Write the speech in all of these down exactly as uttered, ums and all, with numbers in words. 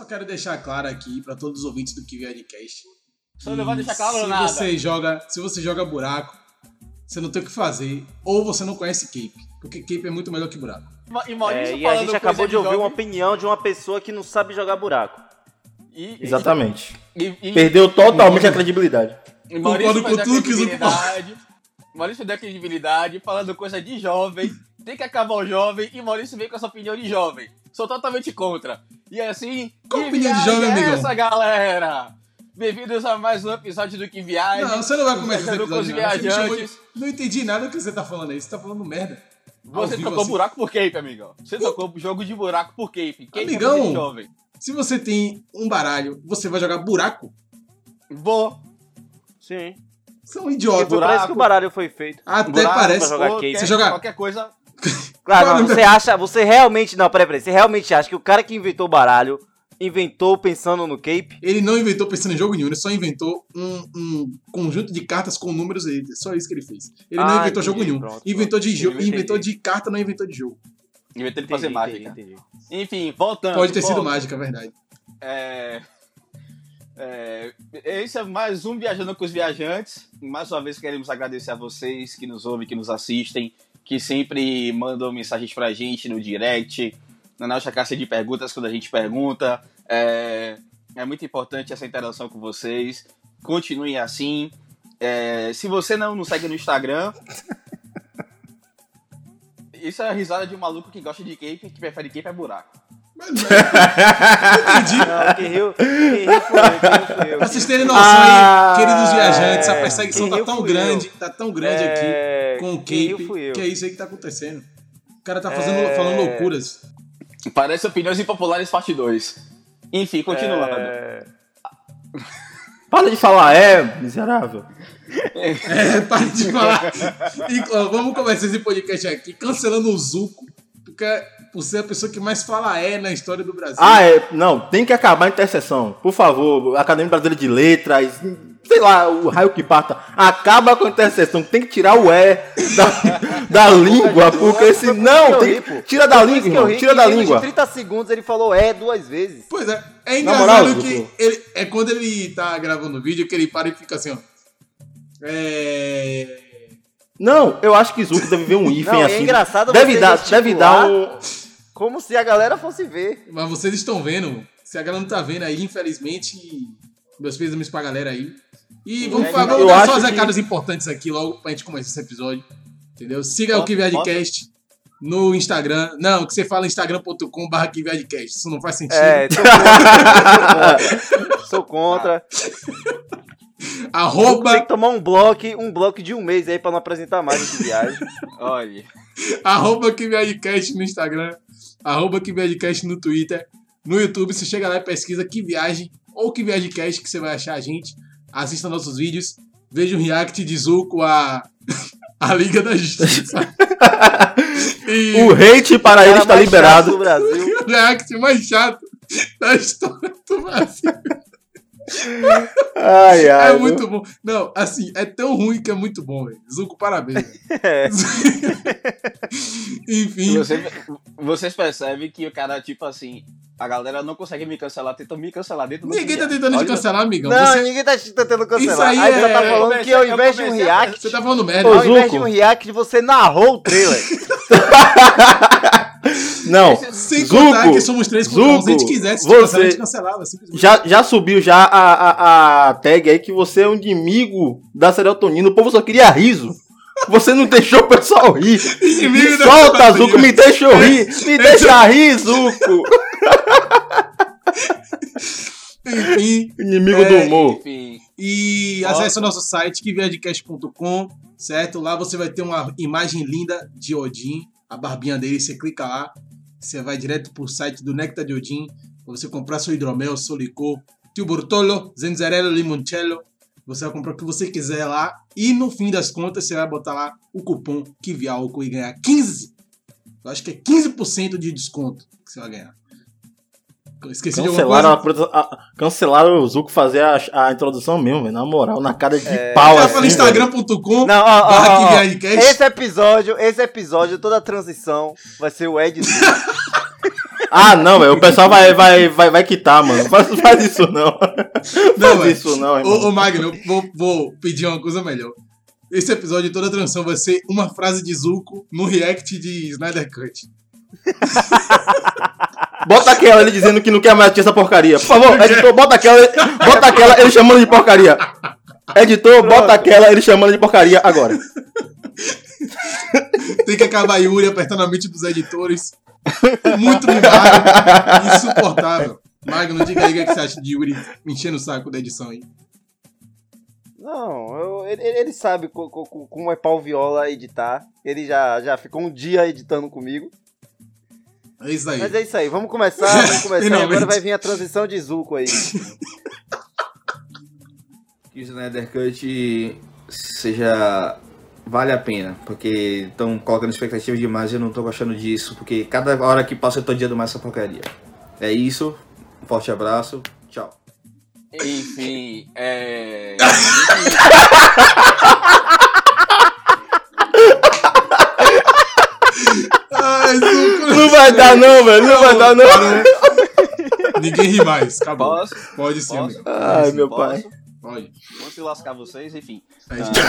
quero deixar claro aqui pra todos os ouvintes do Que Viagem Cast. Só não vai deixar claro se nada. Você joga, se você joga buraco, você não tem o que fazer, ou você não conhece Cape. Porque Cape é muito melhor que buraco. E, Maurício É, e a gente acabou de ouvir jovem. uma opinião de uma pessoa que não sabe jogar buraco. E, Exatamente. E, e, Perdeu totalmente a credibilidade. e Maurício Concordo com perdeu a tudo que o Zuko credibilidade. Maurício deu a credibilidade, falando coisa de jovem. Tem que acabar o jovem. E Maurício veio com essa opinião de jovem. Sou totalmente contra. E assim... Qual que opinião de viagem jovem, é amigão? essa, galera? Bem-vindos a mais um episódio do Que Viagem. Não, você não vai começar esse Viajando com os episódio, não. Você me chamou de- viajantes. Não entendi nada do que você tá falando aí. Você tá falando merda. Ao Você vivo, tocou assim. buraco por Cape, amigão. Você tocou jogo de buraco por Cape. Cape Amigão. é coisa de jovem. Se você tem um baralho, você vai jogar buraco? Vou. Sim. Você é um E idiota. foi pra isso que o baralho foi feito. Até Buraco parece. pra jogar Qualquer, Cape. Você joga- qualquer coisa... Claro, Mano, não, você acha, você realmente, não, peraí, peraí, você realmente acha que o cara que inventou o baralho, inventou pensando no Cape? Ele não inventou pensando em jogo nenhum, ele só inventou um, um conjunto de cartas com números aí. É só isso que ele fez. Ele não Ah, inventou entendi, jogo nenhum. pronto, inventou de pronto. jogo, Entendi. inventou de carta, não inventou de jogo. Inventei de fazer Entendi, mágica. entendi, entendi. Enfim, voltando. Pode ter sido volta. mágica, é verdade. É... É... Esse é mais um Viajando com os Viajantes. Mais uma vez queremos agradecer a vocês que nos ouvem, que nos assistem, que sempre mandam mensagens pra gente no direct, na nossa caixa de perguntas quando a gente pergunta. É, é muito importante essa interação com vocês. Continuem assim. É... Se você não nos segue no Instagram... Isso é a risada de um maluco que gosta de Cape, que prefere Cape é buraco. Mas não é. Entendi. Não, quem riu, quem riu foi eu, quem riu foi eu. Pra vocês terem noção Ah, aí, queridos viajantes, a perseguição quem tá riu tão fui grande, tá tão grande É, aqui com o quem riu Cape, fui eu. que é isso aí que tá acontecendo. O cara tá fazendo, É. falando loucuras. Parece Opiniões Impopulares parte dois. Enfim, continuando. É, Para de falar, é, miserável. É, para de falar. E, ó, vamos começar esse podcast aqui cancelando o Zuko, porque por ser a pessoa que mais fala é na história do Brasil. Ah, é. Não, tem que acabar a interseção. Por favor, Academia Brasileira de Letras, sei lá, o raio que parta. Acaba com a interseção. Tem que tirar o E da, da língua, porque senão. Tem, tira da Por isso língua, que eu irmão. ri, Tira que da em menos língua. de trinta segundos ele falou é duas vezes. Pois é, é Na engraçado moral, que Zuko. ele, é quando ele tá gravando o vídeo que ele para e fica assim, ó. É... Não, eu acho que Zuko deve ver um hífen Não, é assim. engraçado deve você dar, deve gesticular. dar um. Como se a galera fosse ver. Mas vocês estão vendo, se a galera não tá vendo aí, infelizmente, meus pêsames pra galera aí. E vamos, É, falar, eu vamos dar acho só os que- recados importantes aqui logo pra gente começar esse episódio. Entendeu? Siga o Posso- Que Viadcast no Instagram. Não, que você fala instagram ponto com barra Que Viadcast. Isso não faz sentido. É, tô contra. Sou contra. Arroba, Tem que tomar um bloco, um bloco de um mês aí pra não apresentar mais esse viagem. Olha. arroba Que Viadcast no Instagram. Arroba Que Viadcast no Twitter. No YouTube, você chega lá e pesquisa Que Viagem ou Que Viadcast que você vai achar a gente. Assista nossos vídeos. Veja o react de Zuko a, a Liga da Justiça. E O hate para ele Cara está mais liberado. chato do Brasil. o react mais chato da história do Brasil. Ai, ai. É viu? muito bom. Não, assim, é tão ruim que é muito bom, velho. Zuko, parabéns. velho. É. Enfim. Você, vocês percebem que o cara, tipo assim, a galera não consegue me cancelar, tenta me cancelar dentro do Ninguém tá vídeo. tentando te Olha- cancelar, amigão. Não, Você, ninguém tá te tentando cancelar. Isso aí aí você é- tá falando eu que ao comecei- invés eu de um comecei a- react, você tá falando merda. Ô, ao invés Zuko. de um react, você narrou o trailer. Não, Sem Zuko, contar que somos três contra um. Se a gente Zuko, quisesse, se você- cancelar, a gente cancelava. Simplesmente. já, já subiu já a, a, a tag aí que você é um inimigo da serotonina. O povo só queria riso. Você não deixou o pessoal rir. Inimigo Me da solta, serotonina. Zuko, me deixa eu rir. Me deixa rir, Zuko. Enfim. Inimigo É, do humor. Enfim, E Ó. acesse o nosso site, que viadcast ponto com, certo? Lá você vai ter uma imagem linda de Odin, a barbinha dele, você clica lá, você vai direto pro site do Nectar de Odin, pra você comprar seu hidromel, seu licor, tio Bortolo, Zenzerello, Limoncello, você vai comprar o que você quiser lá, e no fim das contas você vai botar lá o cupom que via álcool e ganhar quinze, eu acho que é quinze por cento de desconto que você vai ganhar. Esqueci de alguma Cancelaram, coisa? a, a, cancelaram o Zuko fazer a, a introdução mesmo, velho. Na moral, na cara de É, pau Vai assim. para velho. instagram ponto com Não, ó, ó, barra ó, que ó. viagem cast. Esse episódio, esse episódio, toda a transição vai ser o Ed. Ah, não, velho. O pessoal vai, vai, vai, vai quitar, mano. Faz, faz isso não. Não, faz isso não, irmão. Ô, ô Magno, eu vou, vou pedir uma coisa melhor. Esse episódio, toda a transição vai ser uma frase de Zuko no react de Snyder Cut. Bota aquela ele dizendo que não quer mais assistir essa porcaria. Por favor, editor, bota aquela, bota aquela ele chamando de porcaria. Editor, bota aquela ele chamando de porcaria agora. Tem que acabar Yuri apertando a mente dos editores. Muito mimado, insuportável. Magno, diga aí o que você acha de Yuri me enchendo o saco da edição aí. Não, eu, ele, ele sabe co, co, como é pau viola editar. Ele já, já ficou um dia editando comigo. É isso aí. Mas é isso aí, vamos começar, vamos começar. E agora vai vir a transição de Zuko aí. Que o Snyder Cut seja... Vale a pena, porque estão colocando expectativa demais e eu não tô gostando disso, porque cada hora que passa eu tô odiando mais essa porcaria. É isso, um forte abraço, tchau. Enfim, é... Ai, Zuko. Não vai dar não, velho, não, não vai dar não. Ninguém ri mais, acabou. Posso? Pode sim, Posso? amigo. Ai, Pode, meu Posso? pai. Pode. Vamos se lascar vocês, enfim. Aí, gente.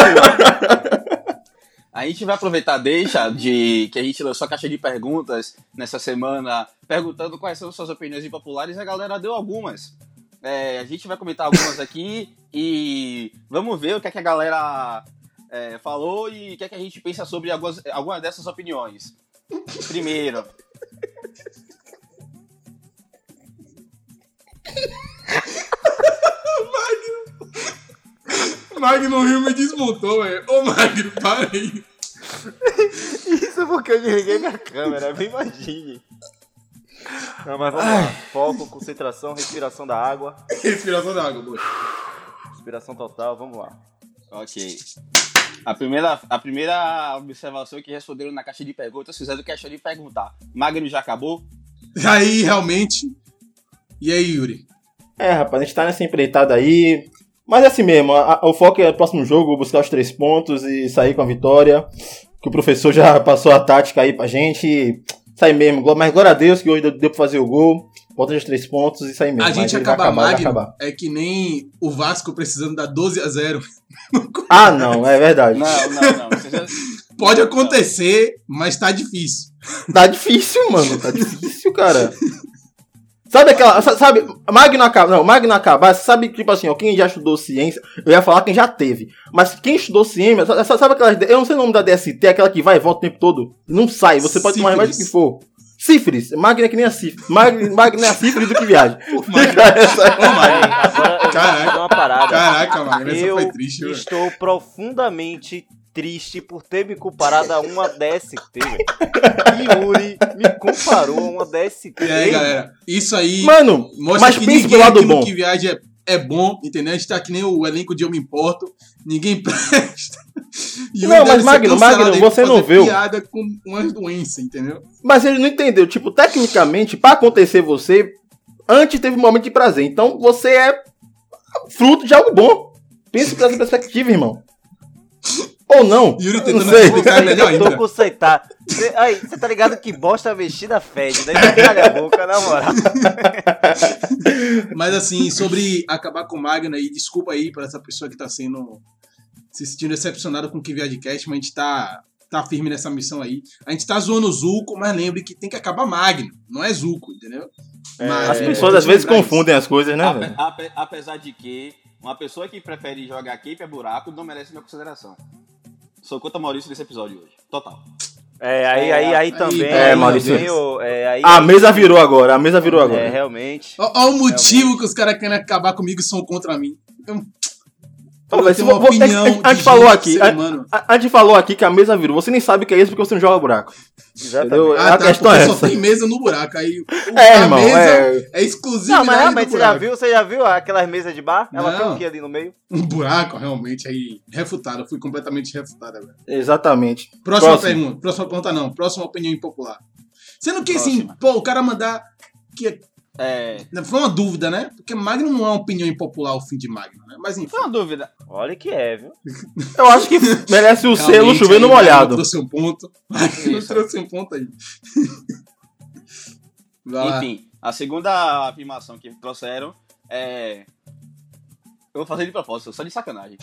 A gente vai aproveitar, deixa, de que a gente lançou a caixa de perguntas nessa semana, perguntando quais são suas opiniões impopulares, e a galera deu algumas. É, a gente vai comentar algumas aqui e vamos ver o que é que a galera é, falou e o que é que a gente pensa sobre algumas, algumas dessas opiniões. Primeiro... Magno Rio me desmontou, velho. Ô, Magno, para aí. Isso é porque eu desliguei minha câmera, bem imagine. Não, mas vamos lá. Foco, concentração, respiração da água. Respiração da água, boa. Respiração total, vamos lá. Ok. A primeira, a primeira observação que responderam na caixa de perguntas fizeram questão de perguntar. Magno já acabou? Aí, realmente. E aí, Yuri? É, rapaz, a gente tá nessa empreitada aí. Mas é assim mesmo, a, a, o foco é o próximo jogo, buscar os três pontos e sair com a vitória. Que o professor já passou a tática aí pra gente. Sair mesmo, mas glória a Deus que hoje deu, deu pra fazer o gol. Volta os três pontos e sair mesmo. A gente Mas acabar vai acabar, vai Magno acabar. é que nem o Vasco precisando dar doze a zero. Ah, não, é verdade. Não, não, não. Você já... Pode acontecer, mas tá difícil. Tá difícil, mano. Tá difícil, cara. Sabe aquela. Sabe, Magno acabar. Não, Magno acabar, sabe, tipo assim, ó, quem já estudou ciência, eu ia falar quem já teve. Mas quem estudou ciência, sabe aquelas. Eu não sei o nome da D S T, aquela que vai e volta o tempo todo. Não sai, você pode tomar mais do que for. Sífilis. Magno é que nem a sífilis. Magno, Magno é a sífilis do que viagem. Magno. Ô, Magno. Agora eu Caraca. vou fazer uma parada. Caraca, Magno, essa Eu foi triste, velho. estou profundamente triste por ter me comparado a uma D S T, velho. Yuri me comparou a uma D S T. E aí, galera, isso aí Mano, mostra mas que pense ninguém pelo lado aqui no bom. Que Viagem é, é bom, entendeu? A gente tá que nem o elenco de Eu Me Importo, ninguém presta. E o Não, deve mas ser Magno, cancelado Magno, aí por você não fazer viu. piada com umas doenças, entendeu? Mas ele não entendeu. Tipo, tecnicamente, pra acontecer você, antes teve um momento de prazer. Então você é fruto de algo bom. Pense por essa perspectiva, irmão. Ou não? Yuri não tentando sei. explicar melhor Eu tô ainda. com aceitar. Cê, aí, você tá ligado que bosta mexida fede, né? Calha a boca, na moral. Mas assim, sobre acabar com o Magno aí, desculpa aí pra essa pessoa que tá sendo se sentindo decepcionada com o Que Viagem Cast, mas a gente tá, tá firme nessa missão aí. A gente tá zoando o Zuko, mas lembre que tem que acabar Magno, não é Zuko, entendeu? É, Mas, as é, pessoas tem às que vezes lembrar confundem as coisas, né, Ape- velho? ape- apesar de que uma pessoa que prefere jogar cape a buraco não merece minha consideração. Sou contra Maurício nesse episódio hoje. Total. É, aí, aí, aí também. é, aí Maurício. também, ô, é, aí, A mesa virou agora, a mesa virou É, agora. realmente. Olha o motivo que os caras querem acabar comigo e são contra mim. Eu, Pô, eu mas tenho se uma vo- opinião a, a, a de gente falou gente, aqui, ser a, humano. a- a gente falou aqui que a mesa virou. Você nem sabe o que é isso porque você não joga buraco. Entendeu? Exatamente. Ah, a tá, questão porque é só essa. tem mesa no buraco. Aí o- É, a irmão, mesa é. é, exclusiva Não, mas realmente, do você já buraco. viu, você já viu aquelas mesas de bar? Ela Não. tem o que ali no meio? Um buraco, realmente, aí, refutado. Eu fui completamente refutado agora. Exatamente. Próxima Próximo. pergunta. Próxima pergunta não. Próxima opinião impopular. Sendo que, assim, Próxima. pô, o cara mandar... que É. Foi uma dúvida, né? Porque Magno não é uma opinião impopular o fim de Magno, né? Mas enfim. Foi uma dúvida. Olha que é, viu? Eu acho que merece o selo Realmente, chover no aí, Magno molhado. trouxe um ponto. Magno Isso. trouxe um ponto aí. Vai lá. Enfim, a segunda afirmação que trouxeram é... Eu vou fazer de propósito, só de sacanagem.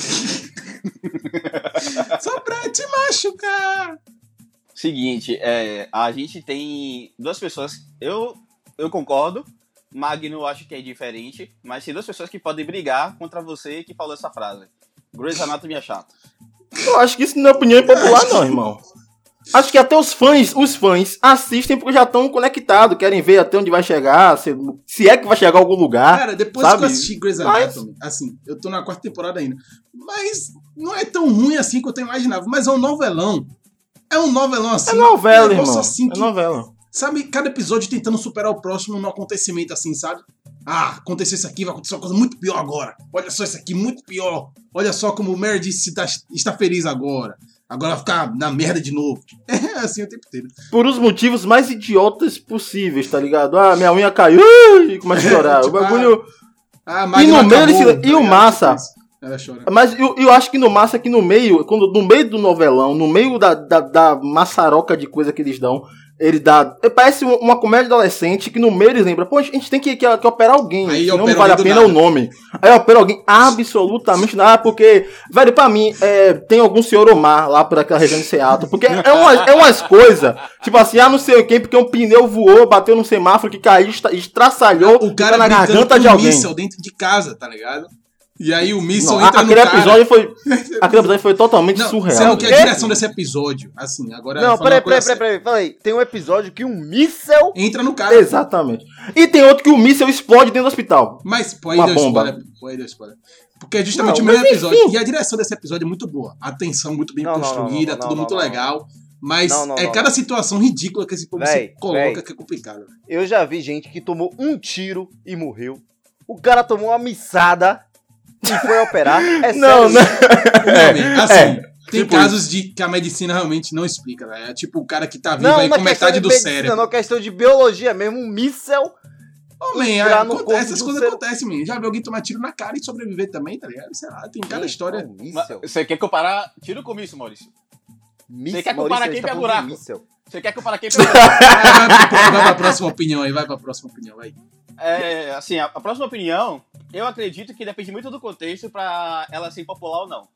Só pra te machucar. Seguinte, é, a gente tem duas pessoas... Eu, eu concordo, Magno eu acho que é diferente, mas tem duas pessoas que podem brigar contra você que falou essa frase. Grey's Anatomy é chato. Eu acho que isso não é opinião impopular, não, irmão. Acho que até os fãs, os fãs assistem porque já estão conectados, querem ver até onde vai chegar, se, se é que vai chegar a algum lugar. Cara, depois sabe? que eu assisti Grey's Anatomy, mas... assim, eu tô na quarta temporada ainda, mas não é tão ruim assim quanto eu imaginava, mas é um novelão. É um novelão assim. É novela, um negócio irmão. Assim que, é novela. Sabe, cada episódio tentando superar o próximo num acontecimento assim, sabe? Ah, aconteceu isso aqui, vai acontecer uma coisa muito pior agora. Olha só isso aqui, muito pior. Olha só como o Meredith está, está feliz agora. Agora vai ficar na merda de novo. É assim o tempo inteiro. Por os motivos mais idiotas possíveis, tá ligado? Ah, minha unha caiu e começa a chorar. É, tipo, o bagulho... Ah, e no meio acabou, desse... tá E o ligado? massa... Ela chora. Mas eu, eu acho que no massa, que no meio, quando, no meio do novelão, no meio da, da, da maçaroca de coisa que eles dão, ele dá... Parece uma comédia adolescente que no meio eles lembram, pô, a gente tem que, que, que operar alguém, Aí senão não opera vale a alguém do pena o nada. nome. Aí opera alguém absolutamente nada, porque, velho, pra mim, é, tem algum senhor Omar lá por aquela região de Seattle, porque é umas, é umas coisas, tipo assim, ah, não sei quem, porque um pneu voou, bateu num semáforo que caiu, estra- estraçalhou, O cara tá na brincando garganta com de um alguém. míssel dentro de casa, tá ligado? E aí o míssil Não, entra no aquele cara. episódio foi, aquele episódio foi totalmente Não, surreal. sabe o que é a Quê? direção desse episódio? Assim, agora... Não, falando peraí, uma coisa peraí, peraí, peraí, peraí. Tem um episódio que um míssel... Entra no cara. Exatamente. E tem outro que o míssel explode dentro do hospital. Mas, pô, aí Uma deu bomba. spoiler. Pô, aí deu spoiler. Porque é justamente Não, o mesmo mas episódio. enfim. E a direção desse episódio é muito boa. A tensão muito bem Não, não, construída, não, não, tudo não, muito não, não. legal. Mas Não, não, é não, cada não. situação ridícula que esse povo se Véi, coloca véi. que é complicado. Eu já vi gente que tomou um tiro e morreu. O cara tomou uma missada e foi operar. É Não, sério. não. Não, assim, é, tem tipo casos de que a medicina realmente não explica, né? É tipo o cara que tá vivo Não, aí na com questão metade de do medicina, cérebro. não, questão de biologia mesmo. Um míssel. Homem, entrar no acontece, corpo essas do coisas ser- acontecem, man. Já viu alguém tomar tiro na cara e sobreviver também, tá ligado? Sei lá, tem cada Gente, história. um Mas míssel. Você quer comparar tiro com isso, Maurício? Míssel. quer comparar Maurício, quem a gente tá pé falando de buraco? míssel. Você quer comparar quem pegou? Vai, vai, pra, vai pra próxima opinião aí, vai pra próxima opinião, vai. É, assim, a, a próxima opinião, eu acredito que depende muito do contexto pra ela ser popular ou não.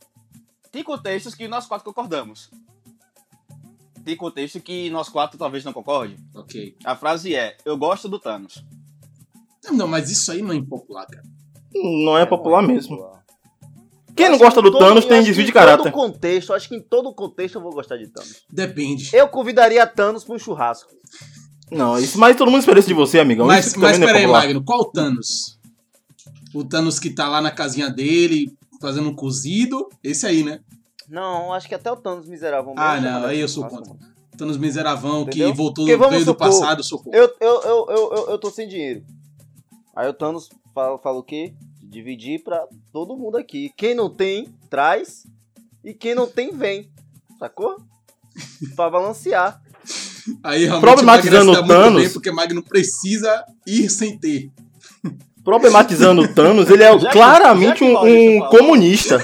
Tem contextos que nós quatro concordamos. Tem contexto que nós quatro talvez não concordem. Ok. A frase é, eu gosto do Thanos. Não, não, mas isso aí não é impopular, cara. Não é popular mesmo. popular. Quem Eu não acho gosta que do todo- Thanos eu tem acho que desvio de Em caráter. todo contexto, acho que em todo contexto eu vou gostar de Thanos. Depende. Eu convidaria Thanos pra um churrasco. Não, isso, mas todo mundo espera isso de você, amigão. Mas, isso mas também não é peraí, popular. Magno, qual o Thanos? O Thanos que tá lá na casinha dele, fazendo um cozido? Esse aí, né? Não, acho que até o Thanos miserável mesmo. Ah, chama não, dele aí eu pro sou churrasco, contra. mano. Thanos miseravão Entendeu? que voltou Porque no vamos veio do supor, passado, socorro. Eu, eu, eu, eu, eu, eu tô sem dinheiro. Aí o Thanos fala, fala o quê? Dividir pra todo mundo aqui. Quem não tem, traz. E quem não tem, vem. Sacou? Pra balancear. Aí realmente Problematizando o Magno se dá o muito Thanos. bem, porque Magno precisa ir sem ter. Problematizando o Thanos, ele é Já que- claramente já que um, o Maurício um falou. comunista.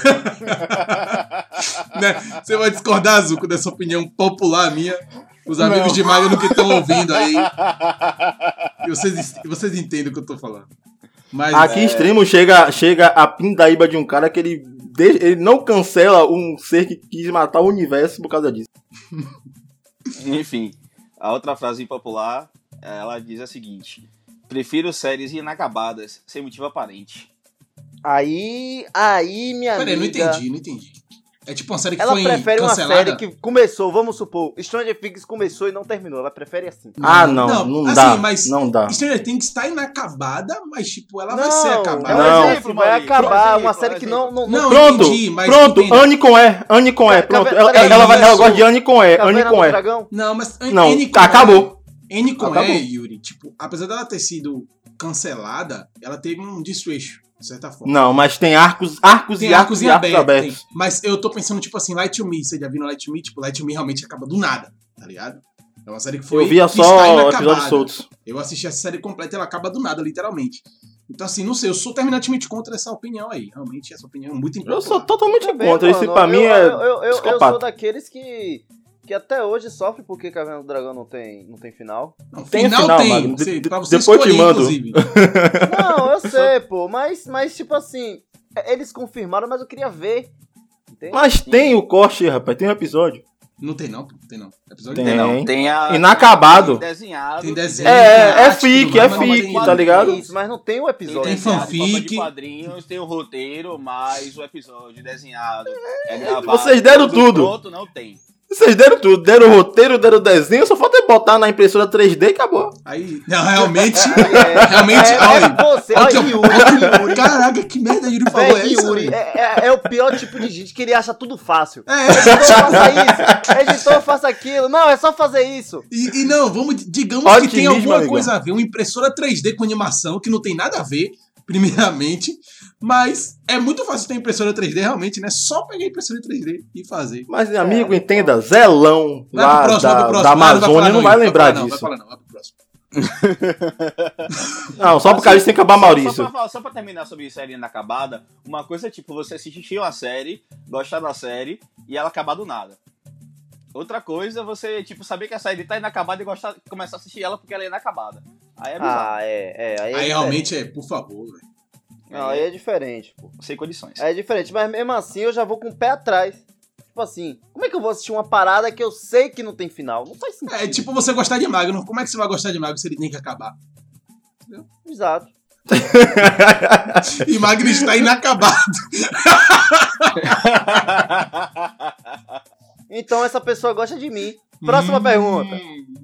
Né? Você vai discordar, Zuko, dessa opinião popular minha. Os amigos Não. de Magno que estão ouvindo aí. E vocês, vocês entendem o que eu tô falando. Mas Aqui em extremo chega, chega a pindaíba de um cara que ele, deixa- ele não cancela um ser que quis matar o universo por causa disso. Enfim, a outra frase impopular, ela diz a seguinte. Prefiro séries inacabadas, sem motivo aparente. Aí, aí, minha Peraí, não amiga... entendi, não entendi. É tipo uma série que Ela foi prefere uma cancelada. série que começou, vamos supor, Stranger Things começou e não terminou. Ela prefere assim. Ah, não, Não, não, assim, dá, mas- não dá. Stranger Things tá inacabada, mas tipo, ela vai Não, ser é acabada. um Não. exemplo, vai Maurício, acabar. exemplo, Uma série que não... não, Não, Pronto, entendi, mas pronto, entenda. Anne com E, Anne com E, pronto. Caverna- Ela, ela, ela, vai- ela isso. gosta de Anne com E, Anne Caverna com do E. Dragão? Não, mas N- Não, N com acabou. E, N com Acabou. E, Yuri, tipo, apesar dela ter sido cancelada, ela teve um desfecho, de certa forma. Não, mas tem arcos, arcos Tem e arcos arcos e em arcos aberto, abertos. tem. Mas eu tô pensando, tipo assim, Light to Me, você já viu no Light to Me? Tipo, Light to Me realmente acaba do nada, tá ligado? É uma série que foi Eu via que está só inacabada. episódios soltos. Eu assisti essa série completa e ela acaba do nada, literalmente. Então, assim, não sei, eu sou terminantemente contra essa opinião aí. Realmente, essa opinião é muito Eu impopular. sou totalmente Também, contra. Isso mano, pra mim eu, é eu, eu, eu, eu psicopata. sou daqueles que... que até hoje sofre porque Caverna do Dragão não tem, não tem final. Não, Tem final, final, tem. Magno. Você, De- pra você depois te escolher, mando. inclusive. Não, eu sei, pô, mas, mas tipo assim, eles confirmaram, mas eu queria ver. Entende? Mas tem o corte, rapaz. Tem um episódio. Não tem não, pô. Tem não. Episódio Tem. tem. Não, tem a... Inacabado. Tem desenhado. Tem desenho. É, é Arte, fic, tudo é mais, mas não fic, tem- tá ligado? Isso, mas não tem o Tem episódio. Tem desenhado em forma fanfic. de quadrinhos, tem o roteiro, mas o episódio desenhado é gravado. Vocês deram Tudo tudo. Pronto, não tem. Vocês deram tudo. Deram o roteiro, deram o desenho. Só falta botar na impressora três D e acabou. Aí, não, realmente. É, Realmente, é, olha é aí. você, Olha olha aqui, ó. Yuri, Yuri. Caraca, que merda Yuri falou Véi, essa, Yuri, velho. é, é- é o pior tipo de gente que ele acha tudo fácil. É, Editor, faça isso. Editor, faça aquilo. Não, é só fazer isso. e, e não, vamos, digamos Otimismo, que tem alguma amigão. coisa a ver, uma impressora três D com animação, que não tem nada a ver, primeiramente, mas é muito fácil ter impressora três D, realmente, né? Só pegar a impressora três D e fazer. Mas, amigo, entenda. Zelão Vai lá pro próximo, vai da, pro próximo. da Ah, não vai Amazônia falar não vai Yuri, lembrar falar não, disso. Vai falar não, vai pro próximo. Não, só porque a gente tem que acabar Só- Maurício. Só, pra, só pra terminar sobre série inacabada, uma coisa é tipo você assistir uma série, gostar da série e ela acabar do nada. Outra coisa é você, tipo, saber que a série tá inacabada e gostar, começar a assistir ela porque ela é inacabada. Aí é bizarro. Ah, é, é. Aí, é Aí diferente. realmente é, por favor, velho. Não, aí é diferente, pô. Sem condições. É diferente, mas mesmo assim eu já vou com o pé atrás. Tipo assim, como é que eu vou assistir uma parada que eu sei que não tem final? Não faz sentido. É tipo você gostar de Magno. Como é que você vai gostar de Magno se ele tem que acabar? Exato. E Magno está inacabado. Então essa pessoa gosta de mim. Próxima Hum. pergunta.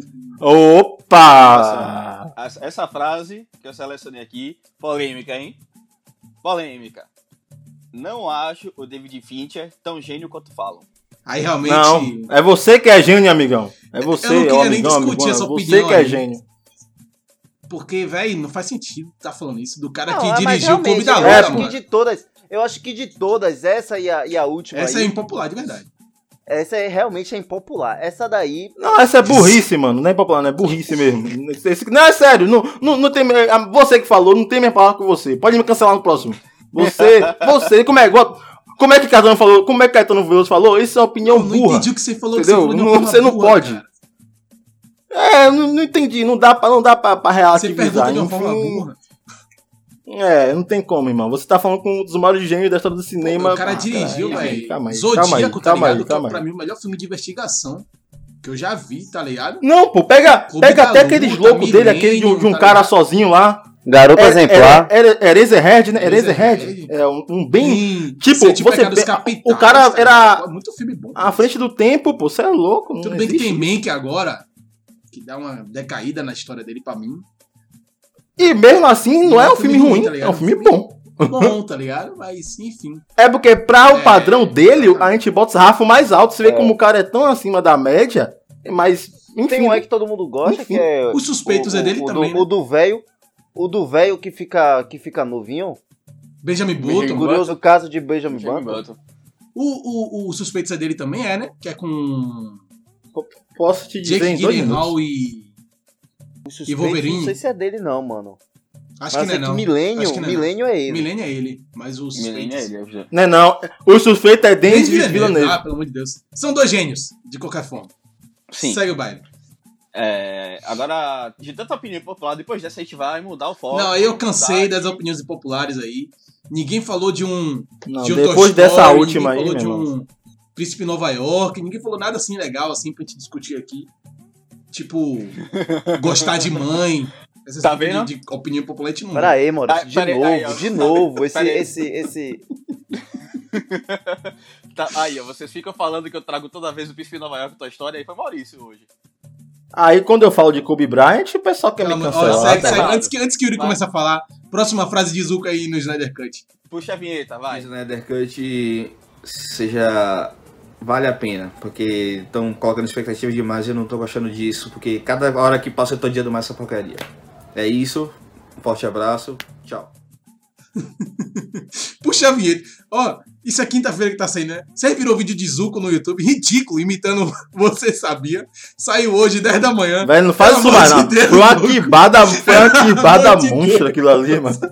Opa! Essa, essa frase que eu selecionei aqui, polêmica, hein? Polêmica. Não acho o David Fincher tão gênio quanto falam. Aí realmente. Não, é você que é gênio, amigão. É você, Eu não queria ó, nem amigão, discutir amigão. essa É você opinião que é aí. gênio. Porque, velho, não faz sentido tá falando isso. Do cara Não, que é, mas dirigiu o Clube realmente, da eu Luta, acho que mano. de todas, eu acho que de todas, essa e a, e a última Essa é aí, impopular, de verdade. essa é realmente é impopular. Essa daí, Não, essa é burrice, mano. Não é popular, não é burrice mesmo. Esse- Não, é sério. Não, não, não tem, você que falou, não tem minha palavra com você. Pode me cancelar no próximo. Você, você, como é igual. Como é que Caetano falou? Como é que Caetano Veloso falou? Isso é opinião Eu não burra. entendi o que você falou. Que Entendeu? você, falou de uma Não- forma você não burra, pode. cara. É, não, não entendi. Não dá pra, não dá pra, pra Você relativizar. pergunta de uma forma Enfim, burra. É, não tem como, irmão. Você tá falando com um dos maiores gênios da história do cinema. O cara Ah, dirigiu, cara, velho. calma aí, Zodíaco, calma aí, tá calma aí, ligado? calma Que é, aí. pra mim, o melhor filme de investigação que eu já vi, tá ligado? Não, pô, pega, Clube pega da até Luta, aqueles loucos dele, aquele de um, de um tá cara ligado? sozinho lá. Garota É- exemplar. Era, era, Eraserhead, né? Eraserhead. Eraserhead. É um, um bem. Sim, tipo, Sete você Pecados pe- Capitais, o cara tá era ligado? Muito filme bom. à frente do tempo, pô. Você é louco. Não Tudo bem que existe. tem Mank agora, que dá uma decaída na história dele pra mim. E mesmo assim, não, Não é um filme ruim, tá é ligado? um filme bom. Bom, tá ligado? Mas, enfim. É porque pra o É, padrão dele, a gente bota o sarrafo mais alto. Você vê É. como o cara é tão acima da média, mas, enfim. Tem um aí que todo mundo gosta, Enfim. que é Os Suspeitos o, é dele o, também, do, né? o do velho, o do velho que fica que fica novinho. Benjamin Benjamin Button. Button. Curioso caso de Benjamin Benjamin Button. Button. O, o, o Suspeitos é dele também, é, né? Que é com Posso te dizer Jake em dois minutos. Gyllenhaal e... Os Suspeitos, Wolverine? Não sei se é dele não, mano. Acho Mas que não é, é que não. Milênio, Acho que não é, não. Milênio é ele. Milênio é ele, mas o Milênio Suspeitos... é ele, eu já- Não é não. O suspeito é Denis Denis Villeneuve. Villeneuve. Ah, pelo amor de Deus. São dois gênios, de qualquer forma. Sim. Segue o baile. É, agora, de tanta opinião popular, depois dessa a gente vai mudar o foco. Não, aí eu cansei mudar das aqui. opiniões populares aí. Ninguém falou de um... Não, de um depois Toy dessa Story, última aí, ninguém meu falou irmão. de um Príncipe Nova York, ninguém falou nada assim legal assim pra gente discutir aqui. Tipo, gostar de mãe. Essas Tá opiniões vendo? de opinião popular a gente não. Pera aí, Maurício, Ah, de pera aí, novo, aí, ó. de novo. Esse, Pera aí. esse, esse... Tá, aí, ó, vocês ficam falando que eu trago toda vez o Príncipe de Nova York tua história, aí foi Maurício hoje. Aí quando eu falo de Kobe Bryant, o pessoal quer me Calma, ó, cancelar. segue, tá segue. errado. Antes que, antes que o Yuri Vai. comece a falar, próxima frase de Zuka aí no Snyder Cut. Puxa a vinheta, Que vai. o Snyder Cut seja... Vale a pena, porque estão colocando expectativa demais e eu não tô gostando disso, porque cada hora que passa eu tô odiando mais essa porcaria. É isso, um forte abraço, tchau. Puxa a vinheta. Ó, isso é quinta-feira que tá saindo, né? Você virou vídeo de Zuko no YouTube, ridículo, imitando Você Sabia. Saiu hoje, dez da manhã. Velho, não faz Pelo isso mais, amor não. de Deus, Foi uma Zuko. quibada, foi uma quibada Pelo amor de monstra aquilo ali, mano.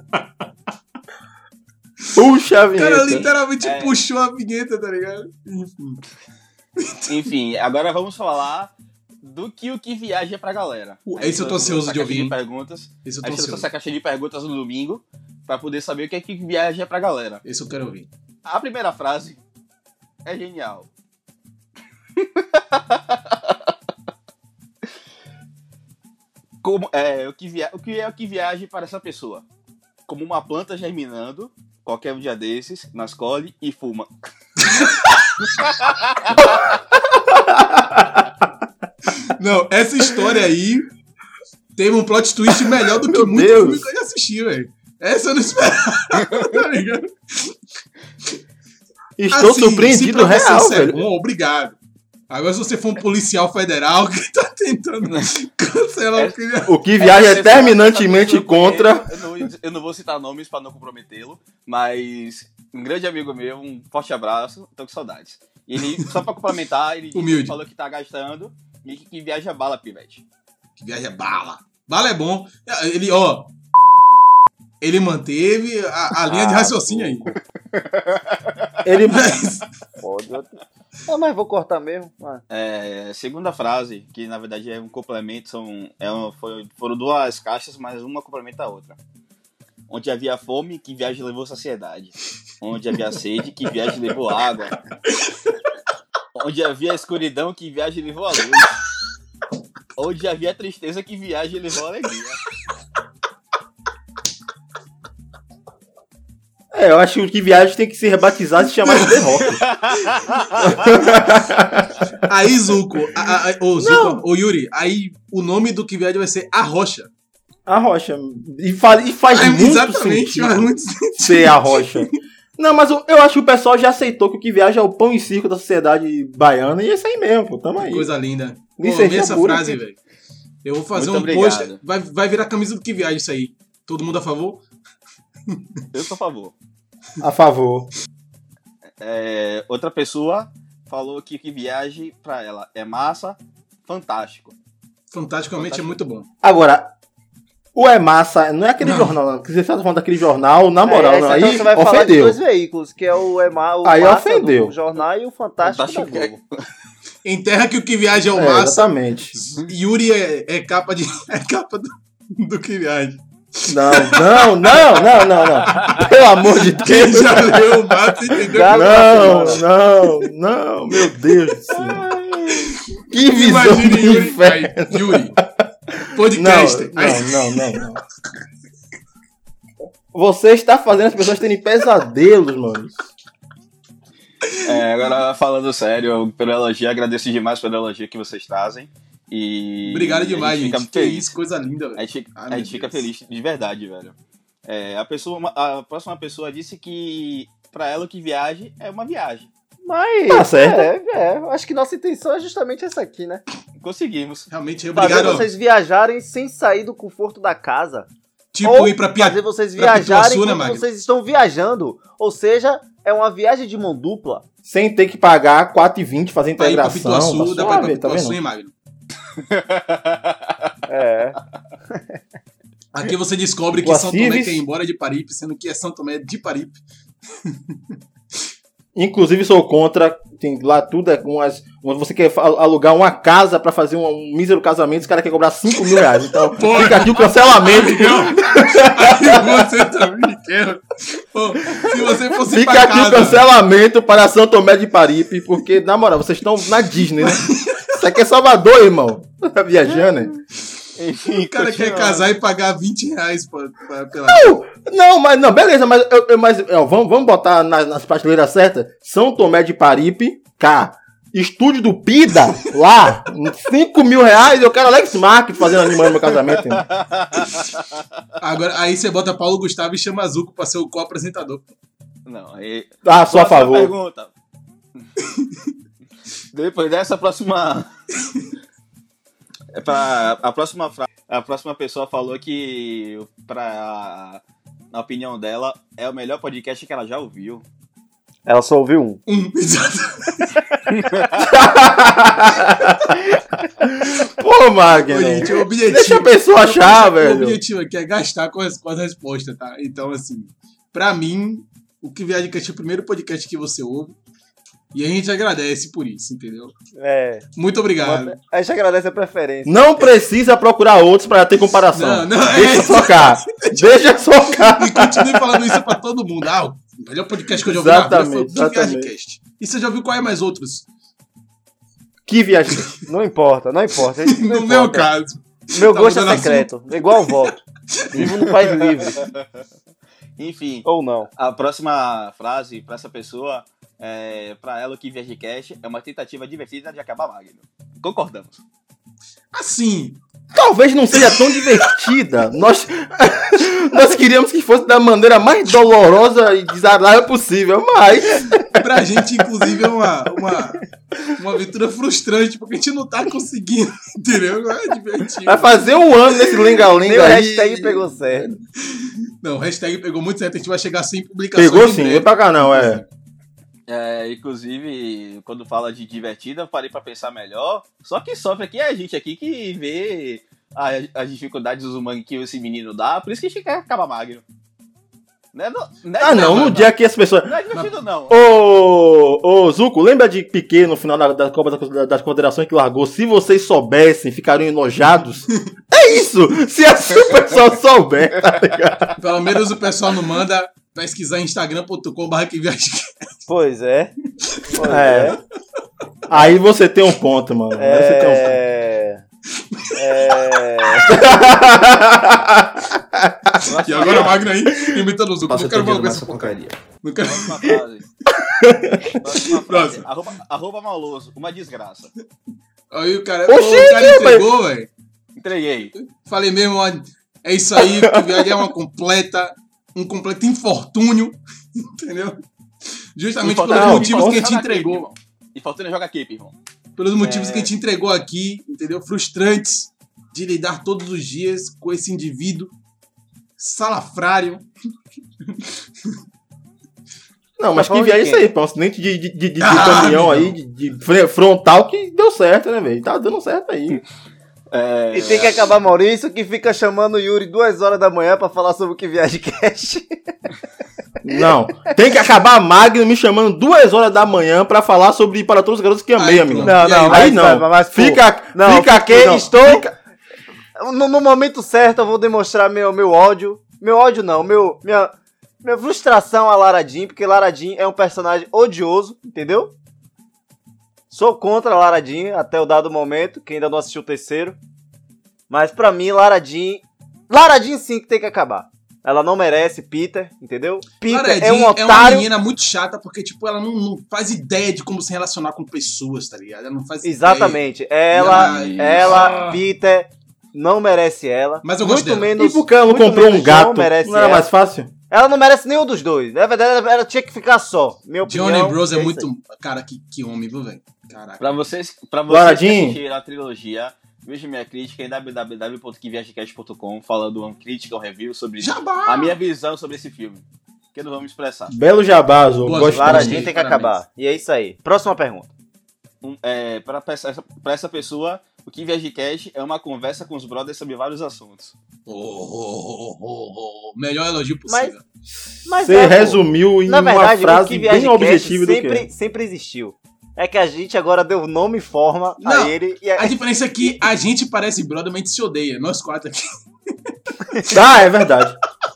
Puxa a O cara vinheta. literalmente É. puxou a vinheta, tá ligado? Enfim. Enfim, agora vamos falar do que o que viaja pra galera. Esse eu tô ansioso de ouvir. De perguntas. Esse eu tô a gente lançou ansioso. essa caixa de perguntas no domingo pra poder saber o que é que viaja pra galera. Esse eu quero ouvir. A primeira frase é genial. Como, é, o, que via... o que é o que viaja para essa pessoa? Como uma planta germinando, qualquer um dia desses, nas colhe e fuma. Não, essa história aí teve um plot twist melhor do que Meu muito Deus. filme que eu já assisti, velho. Essa eu não esperava, tá ligado? Estou Assim, surpreendido se pra real, você isso é velho. bom, obrigado. Agora se você for um policial federal que tá tentando cancelar É- o que... O que viaja Essa é terminantemente pessoa eu contra. conheço, Eu não, eu não vou citar nomes pra não comprometê-lo, mas um grande amigo meu, um forte abraço, tô com saudades. E ele, só pra complementar, ele, disse- Humilde. ele falou que tá gastando e que, que viaja bala, pivete. que viaja bala. Bala é bom. Ele, ó... Ele manteve a, a linha de Ah, raciocínio aí. Ele Mas, Pode. Ah, mas vou cortar mesmo. Ah. É, segunda frase, que na verdade é um complemento, são, é uma, foi- foram duas caixas, mas uma complementa a outra. Onde havia fome, que viagem levou saciedade. Onde havia sede, que viagem levou água. Onde havia escuridão, que viagem levou a luz. Onde havia tristeza, que viagem levou a alegria. É, eu acho que o que viaja tem que se rebatizar e se chamar de The Rock. aí, Zuko, a, a, ô, Zuko, ô Yuri, aí o nome do que viaja vai ser A Rocha. A rocha. E, fa e faz É, muito exatamente, sentido faz muito sentido. ser a rocha. Não, mas eu, eu acho que o pessoal já aceitou que o que viaja é o pão e circo da sociedade baiana. E é isso aí mesmo, pô. Tamo aí. Coisa linda. Pô, Licença essa pura, frase, filho. velho. Eu vou fazer Muito um obrigado. post. Vai, vai virar camisa do que viaja isso aí. Todo mundo a favor? Eu sou a favor. A favor. É, outra pessoa falou que que viagem pra ela é massa, fantástico. Fantasticamente é muito bom. Agora, o É Massa não é aquele Não. jornal, não. Que você está falando daquele jornal, na moral, É, não. então Aí você vai falar de ofendeu. dois veículos, que é o, Ema, o Aí Massa ofendeu. do Jornal e o Fantástico, Fantástico da Globo. Em terra que o que viaja é o É, massa. exatamente. Yuri é, é capa de. É capa do, do que viaja. Não, não, não, não, não, não. Pelo amor de Quem Deus. já leu o massa entendeu? Galo Não, da não, não, meu Deus do céu. Que visão Imagine do Yuri. inferno. Aí, Yuri. Não, Podcaster. Aí, não, não, não, não. Você está fazendo as pessoas terem pesadelos, mano. É, agora falando sério, pelo elogio, agradeço demais pelo elogio que vocês trazem. E Obrigado a demais, gente. gente. Fica muito Que feliz. isso, coisa linda, A velho. gente, fica- Ai, a meu gente fica Deus. feliz de verdade, velho. É, a, pessoa, a próxima pessoa disse que pra ela o que viagem é uma viagem. Mas, Tá certo. é, é, acho que nossa intenção é justamente essa aqui, né? Conseguimos. Realmente, Fazer obrigado. vocês viajarem sem sair do conforto da casa. Tipo, Ou ir pra Pia... fazer vocês pra viajarem Pituaçu, né, quando Magno? vocês estão viajando. Ou seja, é uma viagem de mão dupla. Sem ter que pagar quatro reais e vinte fazer Pra ir pra integração. Pituaçu, tá dá pra ir pra suave, tá Pituaçu, vendo? hein, Magno? É. Aqui você descobre que O São Tomé Acives- quer ir embora de Paripe, sendo que é São Tomé de Paripe. Inclusive sou contra, tem lá tudo é com as, quando você quer fa- alugar uma casa pra fazer um, um mísero casamento, os caras querem cobrar cinco mil reais. Então Porra. fica aqui o cancelamento. Aí você também quer. Pô, se você fosse Fica pra aqui o casa... cancelamento para São Tomé de Paripe, porque na moral, vocês estão na Disney, né? Isso aqui é Salvador, irmão. Tá viajando, né? Enfim, O cara quer continuando. casar e pagar vinte reais pra, pra- pela... Não, mas não, beleza, mas, eu, eu- mas ó, vamos, vamos botar nas, nas prateleiras certas. São Tomé de Paripe, cá. Estúdio do Pida, lá, cinco mil reais, eu quero Alex Marques fazendo animando meu casamento. Irmão. Agora, aí você bota Paulo Gustavo e chama Zuko pra ser o co-apresentador. Não, aí. Ah, só a Próxima favor. Pergunta. Depois dessa próxima. É pra, a próxima fra- a próxima pessoa falou que pra, na opinião dela é o melhor podcast que ela já ouviu. Ela só ouviu um. Um, exato. Pô, Magno. Ô, gente, o objetivo... Deixa a pessoa achar, O velho. objetivo aqui é gastar com as, com as respostas, tá? Então, assim, pra mim, o que Viagem Cast é o primeiro podcast que você ouve. E a gente agradece por isso, entendeu? É. Muito obrigado. A gente agradece a preferência. Não precisa procurar outros pra ter comparação. Não, não, Deixa é... socar. Deixa socar. E continue falando isso pra todo mundo. Ah, o melhor podcast que eu já ouvi Exatamente, na vida foi o exatamente. Viagecast. E você já ouviu qual é mais outros? Que viagem. Não importa, não importa. Não No importa. meu caso. Meu Tá gosto é mudando secreto. Igual o voto. Vivo no país livre. Enfim, Ou não. a próxima frase pra essa pessoa, é, pra ela, o que Viagecast é uma tentativa divertida de acabar Magno. Concordamos. Assim, Talvez não seja tão divertida. Nós, nós queríamos que fosse da maneira mais dolorosa e desagradável possível, mas... pra gente, inclusive, é uma, uma, uma aventura frustrante, porque a gente não tá conseguindo, entendeu? Não é divertido. Vai fazer um ano nesse Nem lenga-lenga o aí. hashtag pegou certo. Não, o hashtag pegou muito certo, a gente vai chegar sem publicações. Pegou em sim, breve. não pra cá não, é. É, inclusive, quando fala de divertida, eu parei pra pensar melhor. Só que sofre aqui é a gente aqui que vê a- as dificuldades dos humanos que esse menino dá, por isso que a gente quer acabar magro. Não é, não, não é Ah não, no não, dia que as pessoas... Não é divertido, não. Ô, ô, Zuko, lembra de Piquet no final da, da Copa da- das Confederações que largou? Se vocês soubessem, ficariam enojados. É isso! Se assim o pessoal souber, tá ligado? Pelo menos o pessoal não manda pesquisar instagram ponto com barra que viagem. Pois é. Pois É. é. Aí você tem um ponto, mano. Aí você tem um ponto. É. É. E agora o Magno aí, imitando o Zuko. Passa Não o quero dia mais ver nessa essa porcaria. porcaria. Não quero... Próxima frase. Próxima frase. Próximo. Arroba, arroba Mauloso, uma desgraça. Aí o cara, Oxi, pô, o cara mas- entregou, velho. Entreguei. Falei mesmo, ó, é isso aí, que viagem é uma completa, um completo infortúnio, entendeu? Justamente Infortúnio- pelos Não, motivos que a gente joga cape, entregou. irmão. E Fortuna joga cape, irmão. Pelos motivos É. que a gente entregou aqui, entendeu? Frustrantes de lidar todos os dias com esse indivíduo salafrário. Não, mas Tá que falando viagem é de isso aí, pô. Um acidente de, de, de, de Ah, caminhão amigão. aí, de, de fre- frontal, que deu certo, né, velho? Tá dando certo aí. É, E tem que acabar Maurício, que fica chamando o Yuri duas horas da manhã pra falar sobre o que viagem cash. Não, tem que acabar a Magno me chamando duas horas da manhã pra falar sobre Para Todos os Garotos que Amei, Aí, amigo. pronto. Não, E não, aí, mas, aí não. mas, mas, pô, Fica, não, fica porque não, estou... fica- No, no momento certo eu vou demonstrar meu, meu ódio. Meu ódio não, meu, minha, minha frustração a Lara Jean, porque Lara Jean é um personagem odioso, entendeu? Sou contra a Lara Jean até o dado momento, que ainda não assistiu o terceiro. Mas pra mim, Lara Jean... Lara Jean sim que tem que acabar. Ela não merece Peter, entendeu? Peter Cara, é um uma otário. menina muito chata, porque, tipo, ela não, não faz ideia de como se relacionar com pessoas, tá ligado? Ela não faz Exatamente. ideia. Ela, E aí- ela, Ah. Peter, não merece ela. Mas eu muito gosto dela. menos. E por que ela não muito comprou um menos gato? João merece Não era ela. mais fácil? Ela não merece nenhum dos dois. Na verdade, ela, ela tinha que ficar só. Minha opinião. Johnny Bros é isso muito... aí. Cara, que, que homem, viu, velho? Caraca. Pra vocês, pra Bora, vocês que Jim. assistiram a trilogia, veja minha crítica em w w w ponto que viagecast ponto com, falando uma crítica, um review sobre Jabá! a minha visão sobre esse filme. Que não vamos expressar. Belo Jabazo, Boa, gosto Lara Gostei, Jean tem que parabéns. acabar. E é isso aí. Próxima pergunta. Um, é, pra, essa, pra essa pessoa, o que Viagecast é uma conversa com os brothers sobre vários assuntos. Oh, oh, oh, oh, oh. Melhor elogio possível. Mas Você é, pô. resumiu em Na verdade, uma frase o que bem Viagem objetiva do sempre, que sempre existiu. É que a gente agora deu nome e forma Não, a ele. E a... A diferença é que a gente parece brother, mas a gente se odeia. Nós quatro aqui. Ah, é verdade.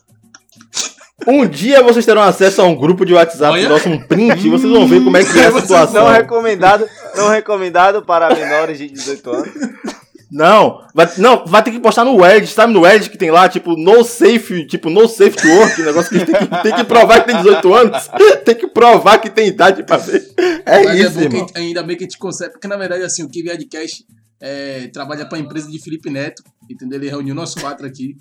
Um dia vocês terão acesso a um grupo de WhatsApp, Olha. nosso um print, e vocês vão ver como é que é a Vocês situação. Não recomendado, não recomendado para menores de dezoito anos. Não, vai, não, vai ter que postar no Edge, sabe no Edge que tem lá, tipo, no safe, tipo, no safe to work, um negócio que tem, que tem que provar que tem dezoito anos, tem que provar que tem idade pra ver. É Mas isso, é bom que a irmão. gente- ainda bem que a gente consegue, porque na verdade, assim, o que vier de cash é, trabalha pra empresa de Felipe Neto, entendeu? Ele reuniu nós quatro aqui.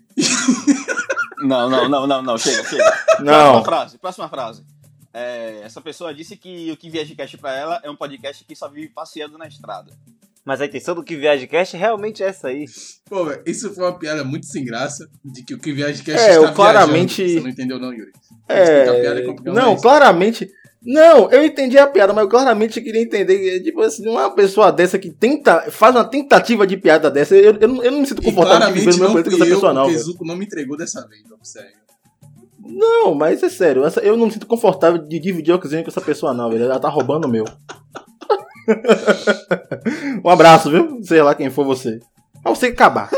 Não, não, não, não, não. Chega, chega. Não. Próxima frase, próxima frase. É, essa pessoa disse que o que Viagecast pra ela é um podcast que só vive passeando na estrada. Mas a intenção do que Viagem Cast realmente é essa aí. Pô, velho, isso foi uma piada muito sem graça, de que o que viaja de cash É, está eu claramente- viajando. Você não entendeu não, Yuri? Explica a piada É, e complica não, mais. claramente. Não, eu entendi a piada, mas eu claramente queria entender. Tipo assim, uma pessoa dessa que tenta, faz uma tentativa de piada dessa, eu, eu, não- eu não me sinto E confortável de claramente viver no meu não planeta fui eu, pessoa, não. porque velho. Zuko não me entregou dessa vez, não, sério. Não, mas é sério, essa, eu não me sinto confortável de dividir a oxigênio com essa pessoa não, velho. Ela tá roubando o meu. Um abraço, viu? Sei lá quem for você. Mas você acabar.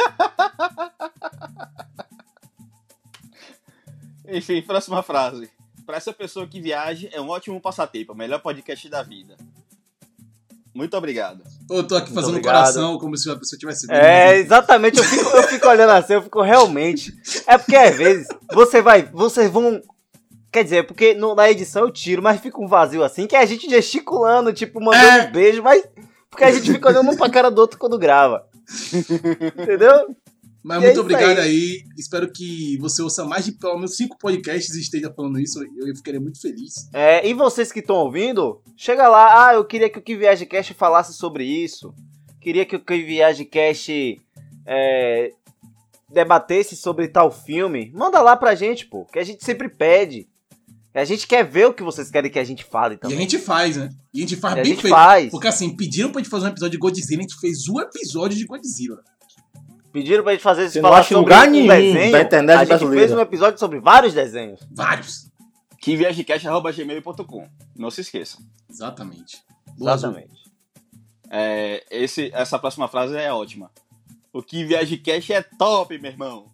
Enfim, próxima frase. Para essa pessoa que viaja, é um ótimo passatempo, o melhor podcast da vida. Muito obrigado. Eu tô aqui Muito fazendo um obrigado. coração, como se a pessoa tivesse vindo. É, exatamente, eu fico, eu fico olhando assim, eu fico realmente. É porque às vezes você vai. Vocês vão. Quer dizer, porque no- na edição eu tiro, mas fica um vazio assim, que é a gente gesticulando, tipo, mandando É. um beijo, mas. Porque a gente fica olhando um pra cara do outro quando grava. Entendeu? Mas E é muito isso obrigado aí. aí. Espero que você ouça mais de pelo menos cinco podcasts e esteja falando isso. Eu ficaria muito feliz. É, e vocês que estão ouvindo, chega lá, ah, eu queria que o Que Viagem Cast falasse sobre isso. Queria que o Que Viagem Cast é, debatesse sobre tal filme. Manda lá pra gente, pô, que a gente sempre pede. A gente quer ver o que vocês querem que a gente fale E também. a gente faz, né? E a gente faz E a bem gente feito. faz. Porque assim, pediram pra gente fazer um episódio de Godzilla, a gente fez um episódio de Godzilla. Pediram pra gente fazer Você não falar acha em sobre lugar um nenhum desenho. da internet a gente brasileira. fez um episódio sobre vários desenhos. Vários. que viagecast arroba gmail ponto com. Não se esqueçam. Exatamente. Boa, Azul. Exatamente. É, esse, essa próxima frase é ótima. O Que Viagecast é top, meu irmão.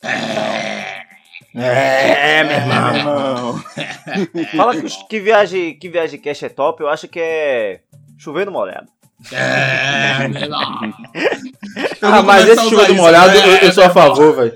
É, meu irmão. irmão. Fala que, o- que viagem, que viagem Cast é top, eu acho que é chovendo molhado. É, meu irmão. Eu Ah, vou mas começar esse a usar chuva do isso, molhado né? eu, eu sou a favor, velho.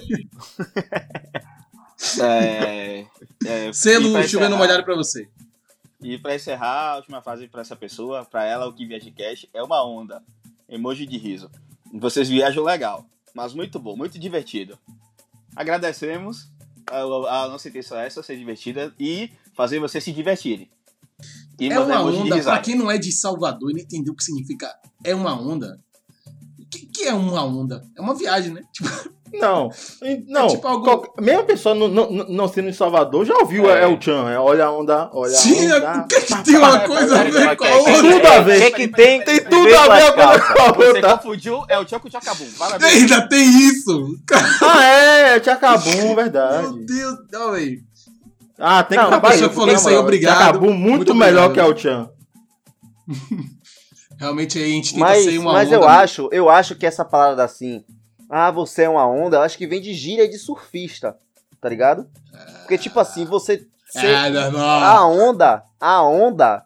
É, é, e Selo pra chovendo encerrar- molhado pra você. E pra encerrar, a última frase pra essa pessoa, pra ela, o Que Viagecast é uma onda. Emoji de riso. Vocês viajam legal, mas muito bom, muito divertido. Agradecemos. A, a nossa intenção é essa, ser divertida e fazer vocês se divertirem. E É mandar uma emoji de onda, risada. pra quem não é de Salvador e não entendeu o que significa é uma onda. O que, que é uma onda? É uma viagem, né? Tipo, Não, e- não. É tipo algo- qualquer- mesmo a pessoa não, não, não sendo em Salvador já ouviu É. é. El Chan. É, olha a onda, olha sim, a é- onda. o que, que tem uma coisa a ver com a outra? Tudo a ver. O que, que tem? Tem tudo a ver com a Você outra. confundiu, é o Tchoco Tchacabum. Parabéns. Ainda tem isso! Ah, é, Tchacabum, Meu verdade. Deus, não, velho. Ah, tem Não, que a acabar pessoa que falou isso aí, obrigado. Tchacabum muito, Muito melhor obrigado. que El Chan. Realmente aí a gente tenta Mas, ser uma mas onda. eu né? acho, eu acho que essa palavra assim, ah, você é uma onda, eu acho que vem de gíria de surfista, tá ligado? Porque tipo assim, você ser É, não, não. a onda, a onda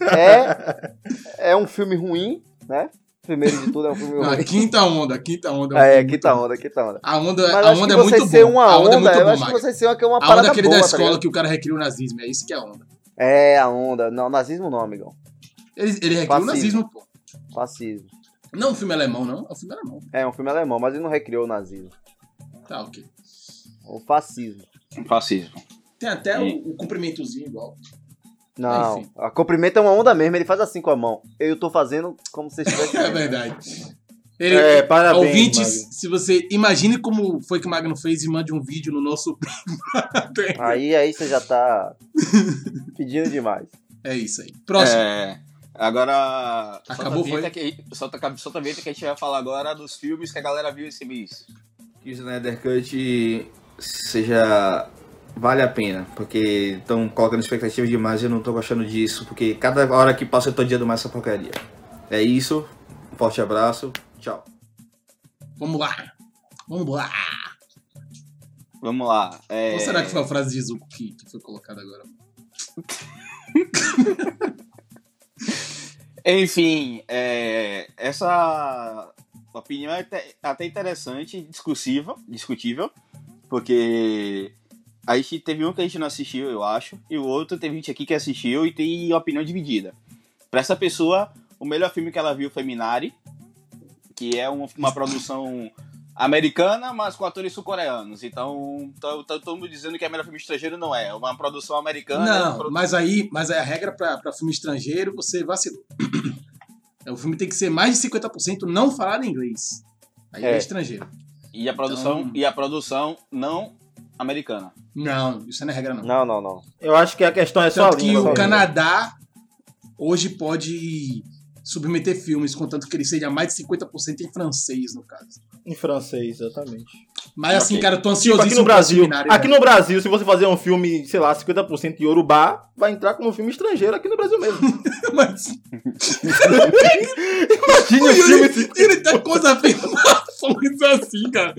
é é um filme ruim, né? Primeiro de tudo é um filme Não, a ruim. quinta onda, a quinta onda. um É, filme quinta muito onda, quinta onda. bom. A onda, Mas a eu acho onda que é você muito ser bom. uma A onda é onda, muito eu bom, acho que Maga. você ser uma, que é uma A onda parada é aquele boa, da tá escola ligado? que o cara recriou o nazismo. É isso que é a onda. É, a onda. Não, nazismo não, amigão. Ele, ele recriou o Fascismo. nazismo, pô. Fascismo. Não um filme alemão, não. É um filme alemão. É um filme alemão, mas ele não recriou o nazismo. Tá, ok. O fascismo. Fascismo. Tem até E- o, o comprimentozinho igual. Não, Enfim. a comprimento é uma onda mesmo, ele faz assim com a mão. Eu tô fazendo como se estivesse. É verdade. Ele, É, parabéns, ouvintes, Magno. se você imagine como foi que o Magno fez e mande um vídeo no nosso. Aí, aí você já tá pedindo demais. É isso aí. Próximo. É, agora. Acabou, solta a vinheta que, solta, solta a vinheta que a gente vai falar agora dos filmes que a galera viu esse mês. Que o Snyder Cut seja. Vale a pena, porque estão colocando expectativas demais e eu não tô gostando disso, porque cada hora que passa eu tô odiando mais essa porcaria. É isso, um forte abraço, tchau. Vamos lá. Vamos lá. Vamos lá. É... Qual será que foi a frase de Zuko que, que foi colocada agora? Enfim, é, essa opinião é até, até interessante, discussível, discutível, porque a gente teve um que a gente não assistiu, eu acho, e o outro teve gente aqui que assistiu e tem opinião dividida. Pra essa pessoa, o melhor filme que ela viu foi Minari, que é uma, uma produção americana, mas com atores sul-coreanos. Então, tá, tá todo mundo dizendo que é melhor filme estrangeiro, não é. É uma produção americana. é uma Não, produ- mas aí, mas aí a regra pra, pra filme estrangeiro, você vacilou. É, o filme tem que ser mais de cinquenta por cento não falar inglês. Aí é, É. estrangeiro. E a produção, Então- e a produção não americana. Não, isso não é regra, não. Não, não, não. Eu acho que a questão é só a Tanto que língua. o só a língua. Canadá hoje pode submeter filmes, contanto que ele seja mais de cinquenta por cento em francês, no caso. Em francês, exatamente. Mas assim, Ok. cara, eu tô Tipo, ansiosíssimo aqui no pra Brasil, Seminário, aqui né? no Brasil, se você fazer um filme, sei lá, cinquenta por cento em Yorubá, vai entrar como filme estrangeiro aqui no Brasil mesmo. Mas Imagine o filme... ele, ele tá com as afirmações assim, cara.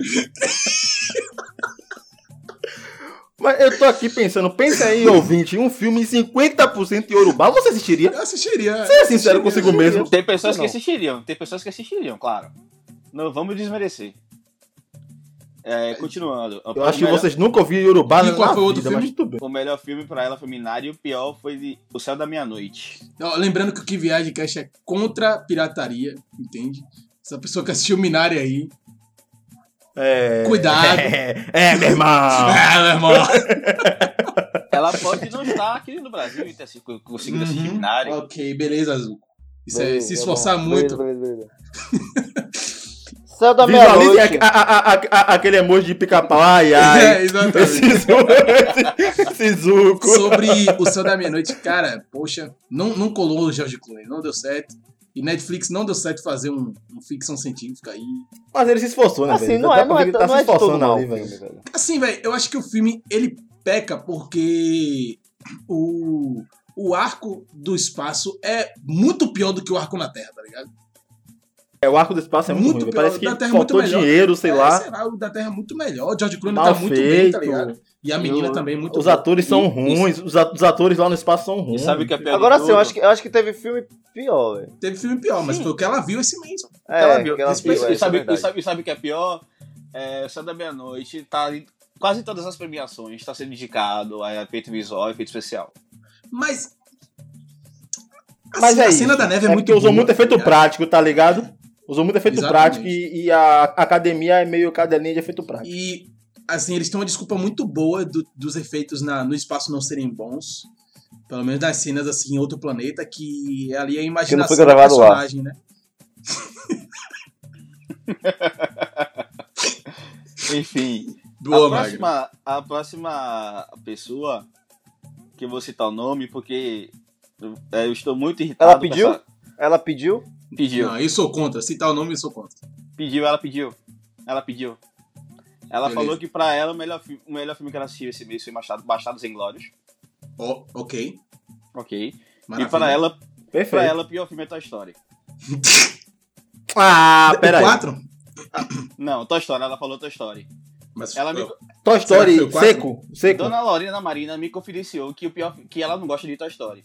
Mas eu tô aqui pensando, pensa aí, ouvinte, um filme em cinquenta por cento em Yorubá, você assistiria? Eu assistiria. Você é sincero consigo mesmo? Tem pessoas Não. que assistiriam, tem pessoas que assistiriam, claro. Não vamos desmerecer. É, continuando. Eu acho que vocês nunca ouviram Yorubá E na qual foi o outro vida, mas filme? tudo bem. O melhor filme pra ela foi Minari e o pior foi de O Céu da Meia-Noite. Ó, lembrando que o Que Viagem Cast é contra a pirataria, entende? Essa pessoa que assistiu Minari aí, É... cuidado. É, é, meu irmão! Ah, meu irmão. Ela pode não estar aqui no Brasil e ter assi- conseguido assistir Uhum. Minari. Ok, beleza, Azul. Isso é Beleza, se tá esforçar bom. muito. Beleza, beleza, beleza. Céu da Visualize meia-noite. a- a- a- a- aquele emoji de pica-pau, ai, ai. É, exatamente. Esse zuco. Esse zuco. Sobre O Céu da Meia-Noite, cara, poxa, não, não colou o George Clooney, não deu certo. E Netflix não deu certo fazer um, um ficção científica aí. Mas ele se esforçou, né, Assim, velho? não Dá é, pra não ver é, que ele tá não se é de todo esforçando mal ali, o velho. filme, velho. Assim, velho, eu acho que o filme, ele peca porque o, o arco do espaço é muito pior do que o arco na Terra, tá ligado? É, o arco do espaço é muito, Muito ruim. velho. pior, Parece que da Terra é muito faltou melhor. dinheiro, sei É, lá. sei lá, o da Terra é muito melhor. O George Clooney Mal tá muito bem, feito. tá ligado? E a menina Eu- também muito Os boa. atores são E- ruins, os a- os atores lá no espaço são E ruins. sabe o que é pior Agora de sim, eu tudo? acho que, eu acho que teve filme pior, velho. Teve filme pior, mas Sim. foi o que ela viu esse mês. É, Ela viu. que ela E- viu, e, é, isso é sabe, e, verdade. sabe, e sabe o que é pior? É, O Céu da Meia-Noite tá em quase todas as premiações, está sendo indicado a efeito visual e efeito especial. Mas. Mas assim, é a isso. cena da neve é, É muito porque usou boa, muito tá efeito ligado? prático, tá ligado? Usou muito efeito Exatamente. prático e, e a academia é meio caderninha de efeito prático. E, assim, eles têm uma desculpa muito boa do- dos efeitos na- no espaço não serem bons. Pelo menos das cenas, assim, em outro planeta, que ali é a imaginação foi do gravado lá. personagem, né? Enfim, Boa, a, Magno. próxima, a próxima pessoa que eu vou citar o nome, porque eu, é, eu estou muito irritado. Ela com pediu? essa- Ela pediu? Pediu. Não, eu sou contra. Citar o nome, eu sou contra. Pediu, ela pediu. Ela pediu. Ela Beleza. falou que pra ela o melhor, fi- o melhor filme que ela assistiu esse mês foi Machado, Bastardos Inglórios. Ó, ok. Ok. Maravilha. E pra ela, Perfeito. pra ela, o pior filme é Toy Story. Ah, O peraí. quatro? Não, Toy Story, ela falou Toy Story. Mas Ela me, Toy Será que foi Story o quatro? seco, seco. Dona Lorena Marina me confidenciou que, o pior, que ela não gosta de Toy Story.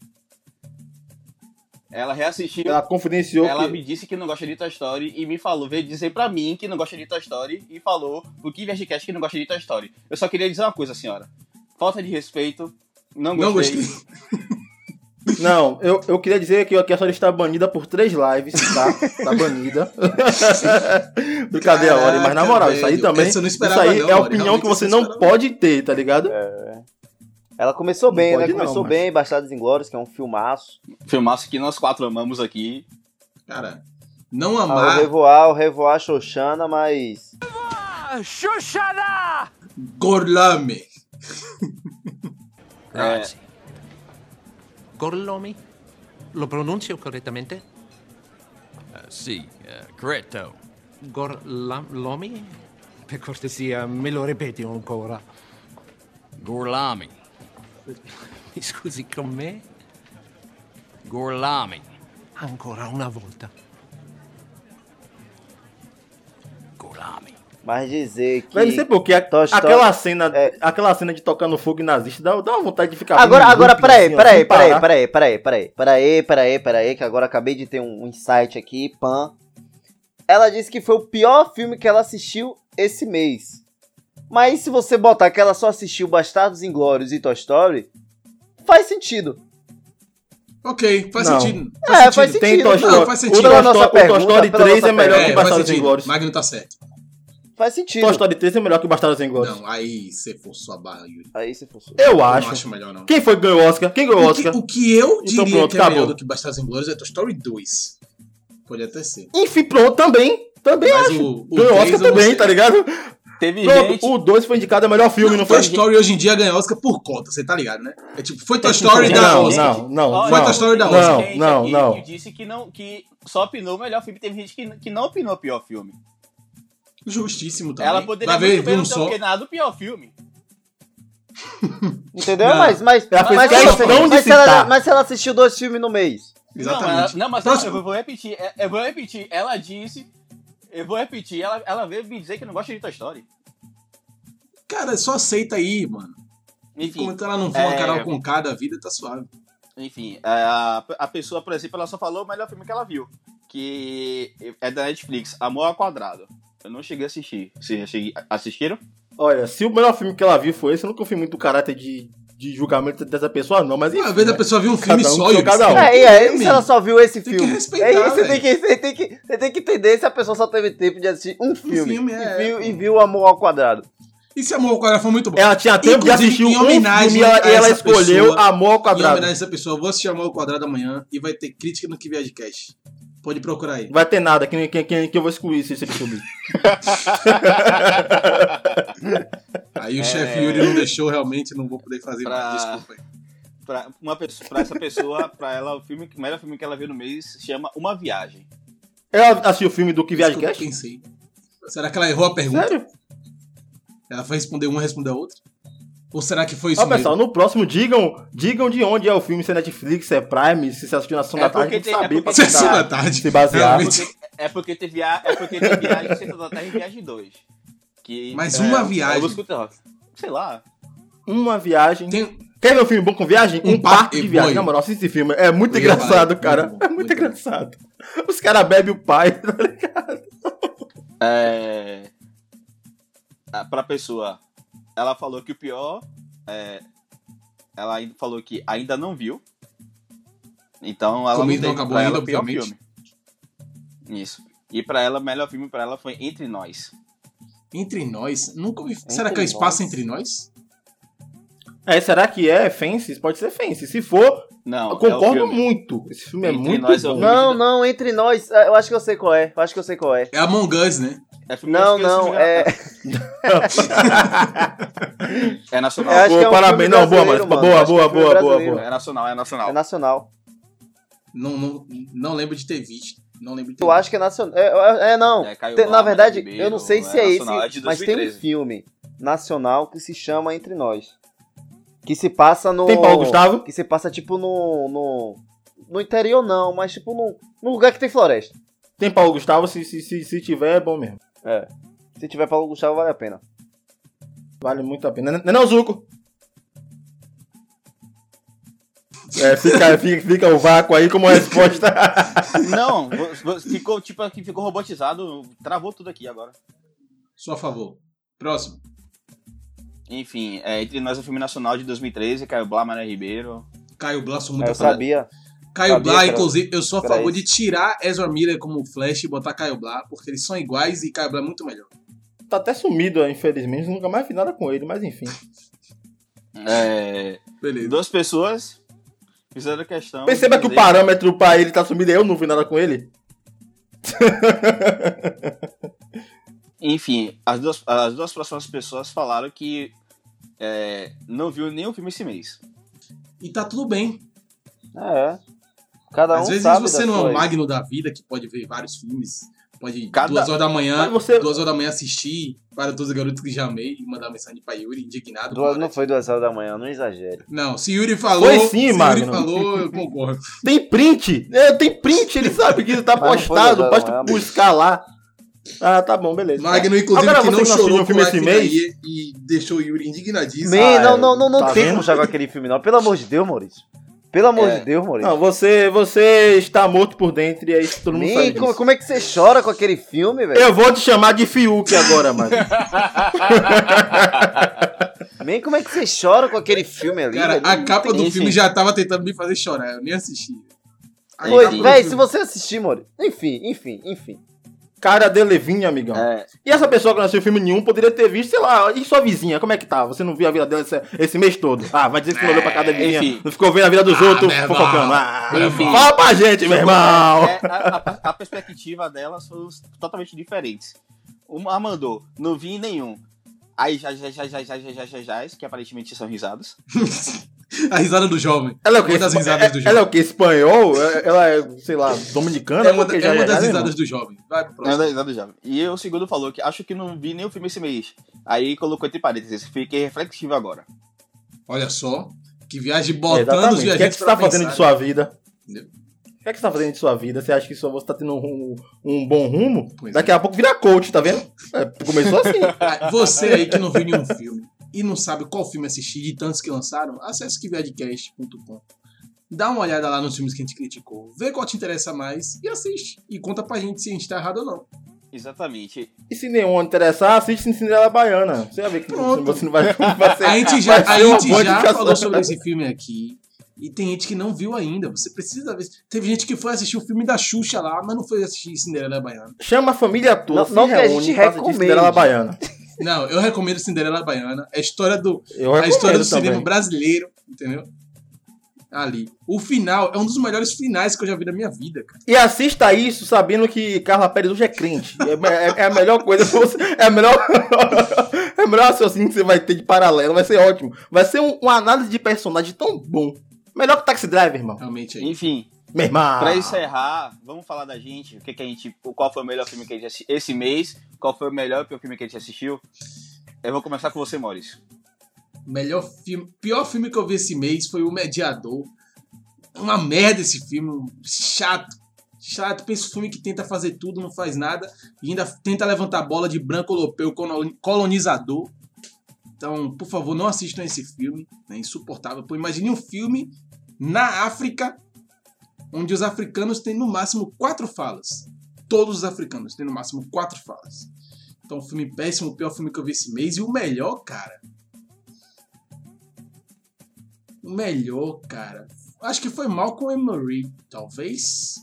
Ela reassistiu. Ela confidenciou Ela que... me disse que não gosta de Toy Story e me falou, veio dizer pra mim que não gosta de Toy Story e falou pro KiVergecast que não gosta de Toy Story. Eu só queria dizer uma coisa, senhora. Falta de respeito, não Não gostei. gostei. Não, eu, eu queria dizer que aqui a senhora está banida por três lives, tá? Tá banida. Brincadeira, Caraca, Ori, mas na moral, isso aí velho. também. Essa eu não Isso esperava, aí não, é a Ori, opinião realmente que você essa eu não não esperava. pode ter, tá ligado? Ela começou Não bem, né? pode não, Começou mas- bem, Bastardos Inglórios, que é um filmaço. Filmaço que nós quatro amamos aqui. Cara, não Ah, o amar Revoar, o Revoar Xoxana, mas... Gorlame. Grazie. Gorlomi? Lo pronuncio correttamente? Uh, sì, uh, corretto. Gorlomi? Per cortesia, me lo ripeti ancora. Gorlami. Mi scusi con me? Gorlami. Ancora una volta. Gorlami. Mas dizer que... Mas não sei porque a- Toy Story- aquela cena, é. aquela cena de tocando fogo nazista dá, dá uma vontade de ficar. Agora, vendo agora, loop, peraí, assim, ó, peraí, sem peraí, parar. peraí, peraí, peraí, peraí, peraí, peraí, que agora acabei de ter um insight aqui, pan. Ela disse que foi o pior filme que ela assistiu esse mês. Mas se você botar que ela só assistiu Bastardos Inglórios e Toy Story, faz sentido. Ok, faz Não. sentido. É, faz sentido. Tem sentido. Toy Não, Story. faz O sentido. Toy Pela nossa Story- o Toy pergunta, Story pela três nossa é melhor pergunta. que É, faz Bastardos sentido. Inglórios. Magno tá certo. Faz sentido. Toy Story três é melhor que Bastardos Inglórios. Não, aí você forçou a barra, Yuri. Aí você fosse. Eu Eu não acho. acho melhor, não. Quem foi que ganhou o Oscar? Quem ganhou o O que, Oscar? o que eu Então diria pronto, que é melhor acabou. do que Bastardos Inglórios é Toy Story dois. Pode até ser. Enfim, pronto, também. Também Mas acho. o, o Ganhou o três Oscar eu não também, sei. tá ligado? Teve Pronto, gente... o dois foi indicado a melhor filme, não Toy foi? Story hoje em dia ganha Oscar por cota, você tá ligado, né? É tipo, foi Toy Story da Não, Oscar. não, não. Olha, Foi não. Toy Story da teve Oscar. Não, gente não, aqui não. que disse que, não, que só opinou o melhor filme. Teve gente que, que não opinou o pior filme. Justíssimo também. Ela poderia Vai ver muito bem um não ter só. opinado do pior filme. Entendeu? Não. Mas, mas, Ela fez mas, questão mas, de mas, se ela, citar. mas se ela assistiu dois filmes no mês. Exatamente. Não, ela, não mas Próximo. eu vou repetir. Eu vou repetir. Ela disse... Eu vou repetir. Ela, ela veio me dizer que não gosta de Toy Story. Cara, só aceita aí, mano. Enfim, Como que ela não for uma é, Carol com K da vida, tá suave. enfim a, a pessoa, por exemplo, ela só falou o melhor filme que ela viu. Que é da Netflix, Amor ao Quadrado. Eu não cheguei a assistir. Vocês já cheguei, assistiram? Olha, se o melhor filme que ela viu foi esse, eu não confio muito no caráter de, de julgamento dessa pessoa, não. Mas enfim, Às vezes a né? pessoa viu um filme Cada um só com e cada um. É, e aí, Filme. se ela só viu esse Tem que filme. respeitar, É isso, você velho. tem, que, você, tem que, você tem que entender se a pessoa só teve tempo de assistir um filme. filme, e, é, viu, pô. e viu Amor ao Quadrado. E se Amor ao Quadrado for muito bom? Ela tinha tempo de Inclusive, assistir em um homenagem filme e ela, a e ela essa escolheu pessoa, Amor ao Em Quadrado. homenagem a essa pessoa, eu vou assistir Amor ao Quadrado amanhã e vai ter crítica no Que Viagem Cast. Pode procurar aí. Vai ter nada, que, que, que, que eu vou excluir se você subir. Aí o É. chefe Yuri não deixou, realmente, não vou poder fazer Pra- mais. Desculpa aí. Pra, uma pessoa, pra essa pessoa, pra ela, o, filme, o melhor filme que ela viu no mês se chama Uma Viagem. Ela assistiu o filme do Que Viagem Isso que eu Cast? pensei. Será que ela errou a pergunta? Sério? Ela foi responder uma e responder a outra? Ou será que foi isso Ó, pessoal, mesmo? no próximo, digam, digam de onde é o filme, se é Netflix, se é Prime, se você assistiu na Sessão É da Tarde, porque tem que tem- é saber porque pra tem- Sessão tentar da tarde. se basear. Realmente. É porque tem, via... é porque tem Viagem Centro da Terra e Viagem dois. Que, Mas é, uma viagem. eu vou escutar. Sei lá. Uma viagem. Tem... Quer ver um filme bom com viagem? Um Um, par- parque de viagem. boy. Na moral, assiste esse filme. É muito Eu ia engraçado, falar, cara. muito bom, é muito, muito bom. engraçado. Os caras bebem o pai, tá ligado? É... ah, Pra pessoa, ela falou que o pior... É... Ela ainda falou que ainda não viu. Então ela Comigo não não tem. acabou Pra ainda, ela, o pior obviamente. filme. Isso. E pra ela, o melhor filme pra ela foi Entre Nós. Entre Nós? Nunca ouvi. Será que é Nós. espaço entre nós? É, será que é Fences? Pode ser Fences. Se for, Não, eu concordo é o filme. muito. Esse filme é Entre muito Nós é o bom. filme. Não, não, Entre Nós. é, Eu acho que eu sei qual é. Eu acho que eu sei qual é. É Among Us, né? É filme Não, que eu não, esqueci, é. É nacional. Eu acho Pô, que é um parabéns. filme Não, boa, brasileiro, mas- mano. boa, Acho que é um boa, filme boa, boa, brasileiro. boa. É nacional, é nacional. É nacional. Não, não, não lembro de ter visto. Não lembro de ter Eu acho que é nacional. É, é, é, não. É, Caio Tem- Blá, na verdade, Maria Ribeiro, eu não sei se é é esse, nacional, é de mas tem um dois mil e treze. filme nacional que se chama Entre Nós. Que se passa no. Tem Paulo Gustavo? Que se passa tipo no. No, no interior, não, mas tipo no, no lugar que tem floresta. Tem Paulo Gustavo, se, se, se, se tiver, é bom mesmo. É. Se tiver Paulo Gustavo, vale a pena. Vale muito a pena. Não é não, Zuko? É, fica, fica, fica o vácuo aí como resposta. Não, vo- vo- ficou tipo aqui, ficou robotizado, travou tudo aqui agora. Só a favor. Próximo. Enfim, é, Entre Nós é um filme nacional de dois mil e treze, Caio Blá, Maria Ribeiro. Caio Blá, sou É, muito eu a favor. sabia. Caio sabia Blá, que era- inclusive, eu sou a que era favor isso. de tirar Ezra Miller como Flash e botar Caio Blá, porque eles são iguais e Caio Blá é muito melhor. Tá até sumido, infelizmente. Nunca mais vi nada com ele, mas enfim. É, Beleza. duas pessoas fizeram questão. Perceba de que o dizer- parâmetro pra ele tá sumido e eu não vi nada com ele. Enfim, as duas, as duas próximas pessoas falaram que é, não viu nenhum filme esse mês. E tá tudo bem. É. Cada um Às vezes sabe você das não é um coisas. magno da vida que pode ver vários filmes. Pode Cada- duas horas da manhã, Mas você- duas horas da manhã assistir para todos os garotos que já amei e mandar mensagem pra Yuri, indignado. Duas, com não hora. foi duas horas da manhã, não exagere. Não, se Yuri falou, Foi sim, se Yuri Magno. falou, eu concordo. Tem print! É, tem print, ele sabe que tá Mas não foi postado, legal, basta não é, amigo? buscar lá. Ah, tá bom, beleza. Magno, inclusive, Agora que você não que não assistiu chorou o filme com esse Life mês? Daí e deixou o Yuri indignadíssimo. Man, Ah, não, é, não, não, não tá tem vendo? como jogar aquele filme, não. Pelo amor de Deus, Maurício. Pelo amor É. de Deus, Maurício. Não, você, você está morto por dentro e é isso que todo mundo Man, sabe como, disso. como é que você chora com aquele filme, velho? Eu vou te chamar de Fiuk agora, mano. Man, como é que você chora com aquele filme ali, Cara, velho? a Não capa tem- do Enfim. filme já tava tentando me fazer chorar, eu nem assisti. A Oi, capa do véi, filme- se você assistir, Maurício. Enfim, enfim, enfim. Cara de Levinho, amigão. É, E essa pessoa que não assistiu filme nenhum poderia ter visto, sei lá, e sua vizinha, como é que tá? Você não viu a vida dela esse, esse mês todo? Ah, vai dizer que não olhou pra cada vizinha, enfim. não ficou vendo a vida dos Ah, outros meu irmão. fofocando. Ah, Enfim. fala pra gente, meu irmão! é, a, a- a perspectiva delas foi totalmente diferentes. Uma mandou, não vi nenhum. Aí já, já, já, já, já, já, já, já, já, que aparentemente são risadas. A risada do jovem. Ela é o quê? Uma das risadas do Ela jovem. é o quê? Espanhol? Ela é, sei lá, dominicana? É uma, Porque é já- uma já- das já, risadas irmão. do jovem. Vai pro É próximo. uma das risadas do jovem. E o segundo falou que acho que não vi nenhum filme esse mês. Aí colocou entre parênteses, fiquei reflexivo agora. Olha só. Que viagem É, botando os exatamente. O que é que viajantes você tá pra fazendo pensar. de sua vida? Entendeu? O que é que você tá fazendo de sua vida? Você acha que só você tá tendo um, um bom rumo? Pois Daqui é. a pouco vira coach, tá vendo? É, começou assim. Ah, Você aí que não viu nenhum filme e não sabe qual filme assistir de tantos que lançaram, acesse que viadcast ponto com. Dá uma olhada lá nos filmes que a gente criticou, vê qual te interessa mais e assiste. E conta pra gente se a gente tá errado ou não. Exatamente. E se nenhum interessar, assiste Cinderela Baiana. Você vai ver que Pronto. você não vai, vai ser. A gente já, vai a ser uma gente boa já indicação. falou sobre esse filme aqui. E tem gente que não viu ainda. Você precisa ver. Teve gente que foi assistir o filme da Xuxa lá, mas não foi assistir Cinderela Baiana. Chama a família toda, Não- se não que a reúne gente e faz assistir recomende. Cinderela Baiana. Não, eu recomendo Cinderela Baiana. É a história do, Eu a história do recomendo também. cinema brasileiro, entendeu? Ali. O final é um dos melhores finais que eu já vi na minha vida, cara. E assista isso sabendo que Carla Pérez hoje é crente. É, é- é a melhor coisa pra você. É a melhor. É o melhor raciocínio que você vai ter de paralelo. Vai ser ótimo. Vai ser um- uma análise de personagem tão bom. Melhor que Taxi Driver, irmão. Realmente aí. Enfim, Meu irmão. pra encerrar, vamos falar da gente. O que, que a gente. Qual foi o melhor filme que a gente assistiu esse mês? Qual foi o melhor e pior filme que a gente assistiu? Eu vou começar com você, Maurício. Melhor filme, pior filme que eu vi esse mês foi O Mediador. Uma merda esse filme, chato. Chato, pensa um filme que tenta fazer tudo, não faz nada e ainda tenta levantar a bola de branco europeu colonizador. Então, por favor, não assistam esse filme, é insuportável. Pô, imagine um filme na África onde os africanos têm no máximo quatro falas. Todos os africanos têm no máximo quatro falas. Então, um filme péssimo, o pior filme que eu vi esse mês. E o melhor, cara... O melhor, cara... Acho que foi Malcolm and Marie, talvez.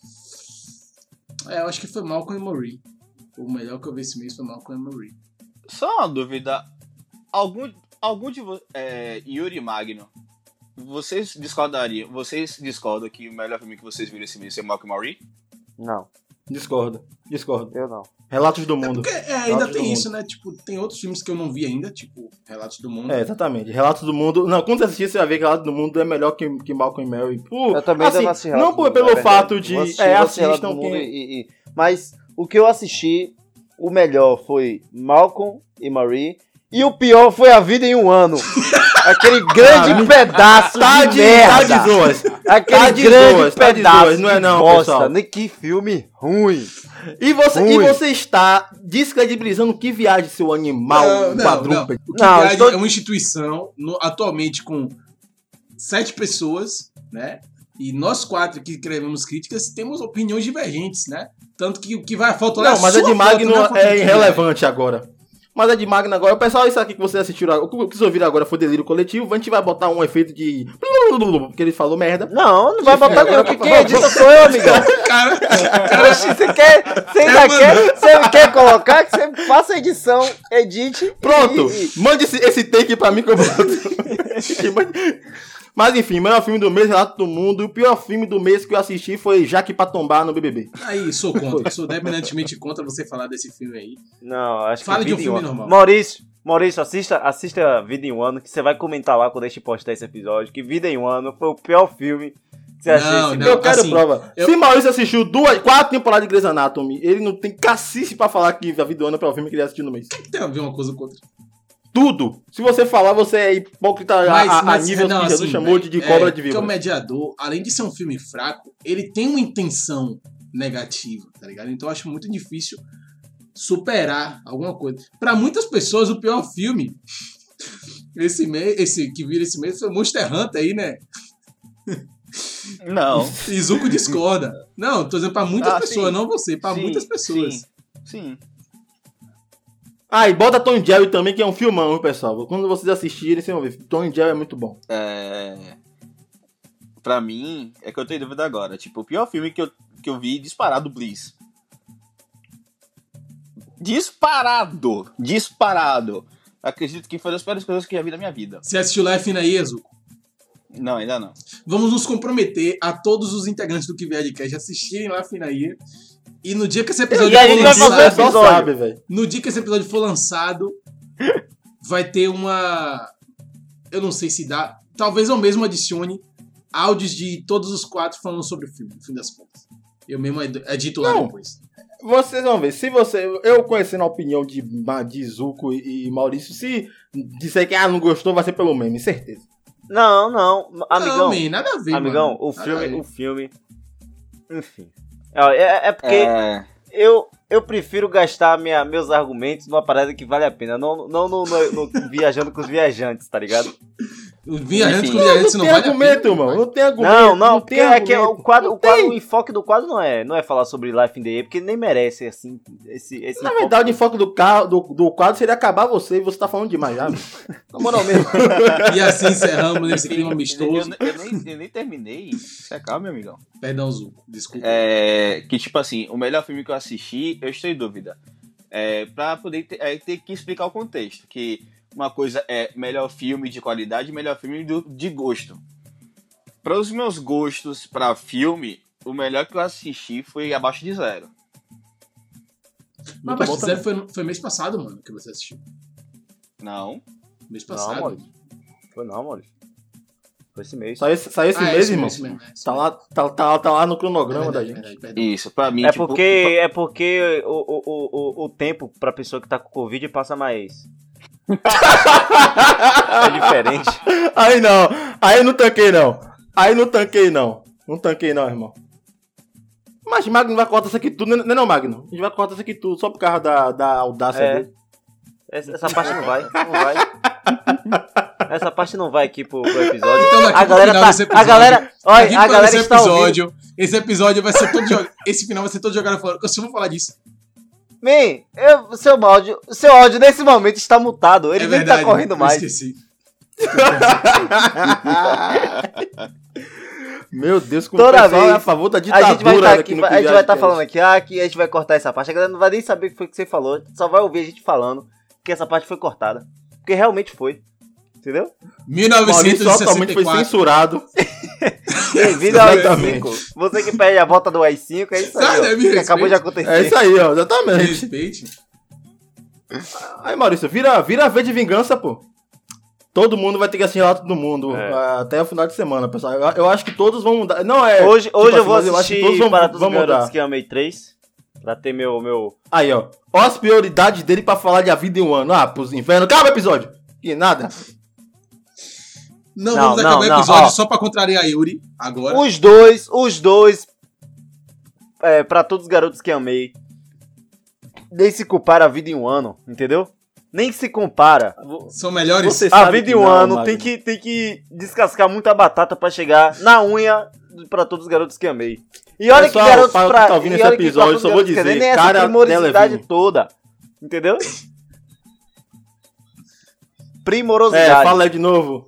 É, eu acho que foi Malcolm and Marie. O melhor que eu vi esse mês foi Malcolm and Marie. Só uma dúvida. Algum, algum de vocês. É, Yuri e Magno, vocês discordariam? Vocês discordam que o melhor filme que vocês viram esse mês é Malcolm and Marie? Não, Discordo. Discordo. eu não. Relatos do É Mundo. porque é, ainda Relatos do tem Mundo. isso, né? Tipo, tem outros filmes que eu não vi ainda, tipo Relatos do Mundo. É, exatamente. Relatos do Mundo. Não, quando você assistir, você vai ver que Relatos do Mundo é melhor que, que Malcolm e Mary. Pô, Eu também assim, ainda não assisti Relatos não do por- Mundo, pelo é verdade. fato de. Vou assistir, é, vou assistir Relatos assistam do Mundo quem... e- e- Mas o que eu assisti, o melhor foi Malcolm e Marie. E o pior foi A Vida em um Ano. Aquele grande Ah, pedaço Tá de de, merda. tá de zoas. Aquele Tá de grande zoas, tá de pedaço zoas. Não é não, de bosta. pessoal. Nem que filme ruim. E você, e Ruim. você está descredibilizando que viagem, seu animal Não, não, quadrúpede. O Que Não, Viagem estou- é uma instituição no- atualmente com sete pessoas, né? E nós quatro que escrevemos críticas temos opiniões divergentes, né? Tanto que o que vai faltar Não, mas a de Magno é irrelevante. irrelevante agora. Mas a de Magno agora, o pessoal, isso aqui que você assistiu, o que vocês ouviram agora foi delírio coletivo, a gente vai botar um efeito de... porque ele falou merda. Não, não vai botar nenhum. agora Que vai- quem edita sou eu, amigão. Cara, Cara, você quer, você ainda É, quer, você quer colocar que você faça a edição, edite. Pronto, e- e- mande esse, esse take pra mim que eu boto. Mas enfim, melhor filme do mês, Relato do Mundo. E o pior filme do mês que eu assisti foi Jaque pra Tombar no B B B. aí, sou contra. Sou determinantemente contra você falar desse filme aí. Não, acho Fala que de um Vida em filme ano. normal. Maurício, Maurício, assista, assista Vida em um Ano, que você vai comentar lá quando a gente postar esse episódio, que Vida em um Ano foi o pior filme que você Não, assistiu. esse não. mês. eu quero assim, prova. eu- Se Maurício assistiu duas, quatro temporadas de Grey's Anatomy, ele não tem cacice pra falar que a vida do ano é o filme que ele assistiu no mês. Tem a ver uma coisa com outra. Tudo. Se você falar, você é hipócrita a- Mas, a, a mas nível não, que Jesus assim, chamou de, de é, cobra de Porque o víbora. Mediador, além de ser um filme fraco, ele tem uma intenção negativa, tá ligado? Então eu acho muito difícil superar alguma coisa. Pra muitas pessoas, o pior filme esse mês, esse que vira esse mês foi Monster Hunter aí, né? Não. E Zuko discorda. Não, tô dizendo pra muitas Ah, pessoas, sim. não você, pra Sim, muitas pessoas. Sim. Sim. Ah, e bota Tom e Jerry também, que é um filmão, viu, pessoal? Quando vocês assistirem, vocês vão ver. Tom e Jerry é muito bom. É... Pra mim, é que eu tenho dúvida agora. Tipo, o pior filme que eu, que eu vi disparado, Bliss. Disparado! Disparado! Acredito que foi das piores coisas que eu já vi na minha vida. Você assistiu lá aí, Zuko? Não, ainda não. Vamos nos comprometer a todos os integrantes do Que Vier de Cast assistirem lá aí. E no dia que esse episódio E a for gente vai fazer lançado, episódio. Só sabe, velho. no dia que esse episódio for lançado, vai ter uma... Eu não sei se dá... Talvez eu mesmo adicione áudios de todos os quatro falando sobre o filme, no fim das contas. Eu mesmo edito lá Não. depois. Vocês vão ver, se você, eu conhecendo a opinião de, de Zuko e Maurício, se disser que ah, não gostou, vai ser pelo meme, certeza. Não, não, amigão. Não, man, nada a ver, amigão, mano. o Nada a filme, ver. o filme. Enfim. É, é, é porque É, eu, eu prefiro gastar minha, meus argumentos numa parada que vale a pena, não, não no, no- no viajando com os viajantes, tá ligado? O viajante Enfim. com viajante Não não tem vale a argumento, pena, mano, vai. não tem argumento. Não, não, porque tem é que o argumento. quadro, Não o quadro, tem. o enfoque do quadro não é, não é falar sobre Life in the Air, porque nem merece, assim, esse, esse Na enfoque. verdade, o enfoque do, carro, do, do quadro seria acabar você e você tá falando demais já. velho. Na moral mesmo. E assim encerramos nesse clima eu, amistoso. eu- eu nem, eu nem terminei. Se acalma, meu amigão. Perdão, Zuko. Desculpa. É, que, tipo assim, o melhor filme que eu assisti, eu estou em dúvida. É, pra poder ter, é, ter que explicar o contexto. Que uma coisa é melhor filme de qualidade e melhor filme do- de gosto. Para os meus gostos pra filme, o melhor que eu assisti foi Abaixo de Zero. Mas Abaixo de Zero foi, foi mês passado, mano, que você assistiu. Não. Mês Não, passado. Maurício. Foi não, Maurício. Foi esse mês. Saiu esse, saiu esse Ah, é mês, esse irmão. mês mesmo, é esse Tá mesmo. lá, tá, tá, tá lá no cronograma É da verdade, gente. verdade, perdão. Isso, pra mim, É tipo, porque, é porque o, o, o, o, o tempo pra pessoa que tá com Covid passa mais. É diferente. Aí não, aí não tanquei não. Aí não tanquei não. Não tanquei não, irmão. Mas Magno vai cortar isso aqui tudo, não é não, Magno? A gente vai cortar isso aqui tudo só por causa da, da audácia É. dele. Essa, essa parte não vai, não vai. Essa parte não vai aqui pro, pro episódio. Então, daqui A pro galera final tá. desse A episódio, galera. Olha, daqui a pra galera esse está ouvindo. episódio, esse episódio vai ser todo jogado. Esse final vai ser todo jogado fora. Eu só vou falar disso. Man, eu, seu áudio, seu áudio nesse momento está mutado. Ele é nem verdade, tá correndo eu mais. esqueci. Meu Deus, como Toda o pessoal vez é a favor da A ditadura gente vai estar aqui aqui, no a gente vai estar Viagem falando Cast. aqui, ah, que a gente vai cortar essa parte. A galera não vai nem saber o que foi que você falou. Só vai ouvir a gente falando que essa parte foi cortada. Porque realmente foi. Entendeu? Maurício totalmente foi mil novecentos e sessenta e quatro. censurado. Bem-vindo ao A I Exatamente. cinco. Você que pede a volta do A I cinco, é isso aí. Sai, ó, né, me que acabou de respeite. acontecer. É isso aí, ó, Me exatamente. respeite. Aí, Maurício, vira, vira V de vingança, pô. Todo mundo vai ter que assistir lá todo mundo É. ah, até o final de semana, pessoal. Eu, eu acho que todos vão mudar. Não é. Hoje, tipo hoje eu assim, vou mas acho que assistir todos vão, para todos vão os garotos mudar. que amei três. Pra ter meu, meu... Aí, ó. Ó as prioridades dele pra falar de A Vida em um Ano. Ah, pros infernos. Acaba o episódio. Que nada. Não, Não, vamos não, acabar o não, episódio ó. só pra contrariar a Yuri agora. Os dois, os dois, é, pra todos os garotos que amei, nem se compara a vida em um ano, entendeu? Nem se compara. São melhores. Você A sabe vida que em um não, ano Magno. tem que, tem que descascar muita batata pra chegar na unha pra todos os garotos que amei. E olha Pessoal, que garotos para o que pra... tá ouvindo e esse olha que pra episódio, todos só os vou garotos que amei, dizer, nem essa cara primorosidade Delevingne. toda, entendeu? É, Primorosidade. fala aí de novo.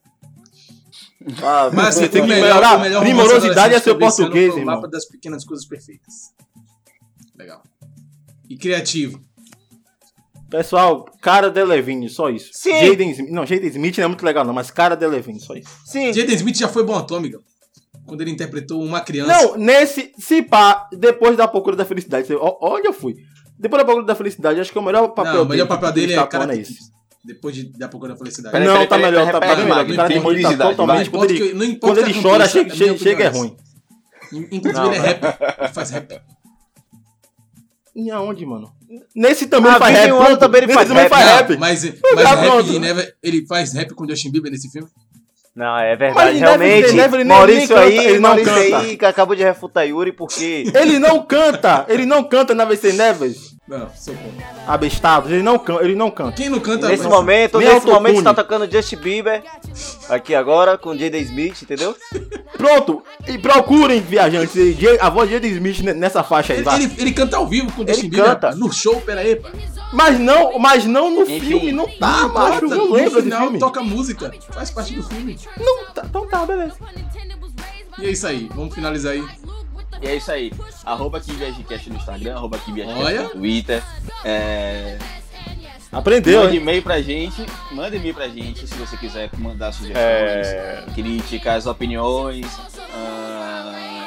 Ah, Mas assim, você tem o que melhor, melhorar. o melhor Primorosidade é romance seu adolescente desse ano português, foi o irmão. Mapa das Pequenas Coisas Perfeitas. Legal. E criativo. Pessoal, cara Delevingne, só isso. Sim. Jaden Smith. Não, Jaden Smith não é muito legal, não, mas cara Delevingne, só isso. Sim. Jaden Smith já foi bom ator, amigão. Quando ele interpretou uma criança. Não, nesse. Se pá, depois da Procura da Felicidade. você- ó, Onde eu fui? Depois da Procura da Felicidade, acho que é o melhor papel Não, o melhor dele, papel que ele dele tá é atuando, Karate é esse. Kid. Depois de, da Procura da Felicidade. Peraí, Não, peraí, tá peraí, melhor, peraí, tá, tá peraí, bem melhor. Magno, O cara tem tem muito tá publicidade, totalmente. vai. Quando ele, Não importa que- não importa quando o ele que chora, aconteça, chega, a minha chega, chega é opinião é ruim. Inclusive, Não, ele é não. rapper. Ele faz rap. E aonde, mano? Nesse também Ah, ele faz Vini rap. One pronto. também ele Nesse faz também rap. faz Não, rap. Mas, Tá mas rap pronto. de Never, ele faz rap com Justin Bieber nesse filme? Não, é Mas verdade, ele realmente. deve- deve- ele nem- Maurício nem aí, canta, ele não Maurício canta. aí que acabou de refutar Yuri porque... Ele não canta. Ele não canta na V C Neves. Não, sou contra. Abestado. Ele não canta. Ele não canta. Quem não canta... Nesse mas- momento, Nem nesse autotune. momento está tocando Justin Bieber. Aqui agora, com Jaden Smith, entendeu? Pronto. E procurem, viajantes. A voz de Jaden Smith nessa faixa aí, Ele, vai. ele, ele canta ao vivo com o Ele Justin Bieber. canta. No show, pera aí, pá. Mas não, mas não no Enfim. filme. Não tá, Não macho. importa, Não no lembro desse final filme. toca música. Faz parte do filme. Não tá. Então tá, beleza. E é isso aí. Vamos finalizar aí. E é isso aí. Arroba KiviagemCast no Instagram, arroba KiviagemCast Olha. no Twitter. É... Aprendeu, Mande hein? e-mail pra gente. Manda e-mail pra gente se você quiser mandar sugestões, É. críticas, opiniões. ah,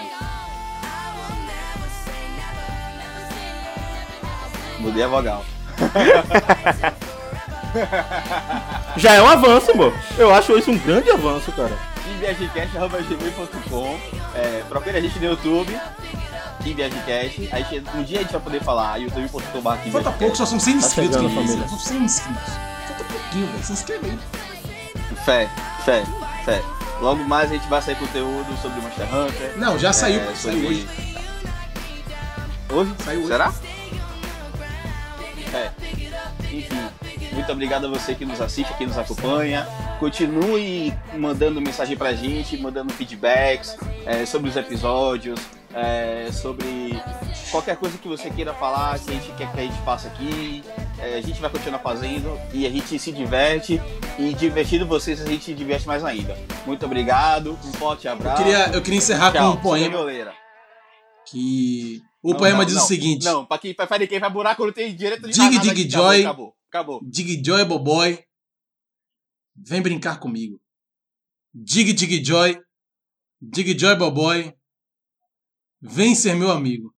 Mudei a vogal. Já é um avanço, pô. Eu acho isso um grande avanço, cara. team viagecast arroba gmail ponto com. É, procure a gente no YouTube. Team Viagecast. A gente, um dia a gente vai poder falar youtube ponto com barra Falta pouco, só são cem inscritos. chegando, que família. São cem inscritos. Falta pouquinho, velho. Se inscreve aí. Fé, fé, fé. Logo mais a gente vai sair conteúdo sobre Monster Hunter. Não, já saiu. É, Saiu sobre- hoje. Hoje? Saiu hoje. Será? É. Enfim, muito obrigado a você que nos assiste, que nos acompanha. Continue mandando mensagem pra gente, mandando feedbacks é, sobre os episódios, é, sobre qualquer coisa que você queira falar, que a gente quer que a gente faça aqui. É, a gente vai continuar fazendo e a gente se diverte. E divertindo vocês, a gente se diverte mais ainda. Muito obrigado, um forte Eu abraço. queria, eu queria encerrar Tchau, com um siga a poema violeira. que... O Não, poema não, diz não, o seguinte. Não, pra quem, pra, pra quem vai buraco não tem direito de Dig, nada dig, aqui. joy. Acabou, acabou, acabou. Dig Joy Boboy, vem brincar comigo. Dig Dig Joy, Dig Joy Boboy, vem ser meu amigo.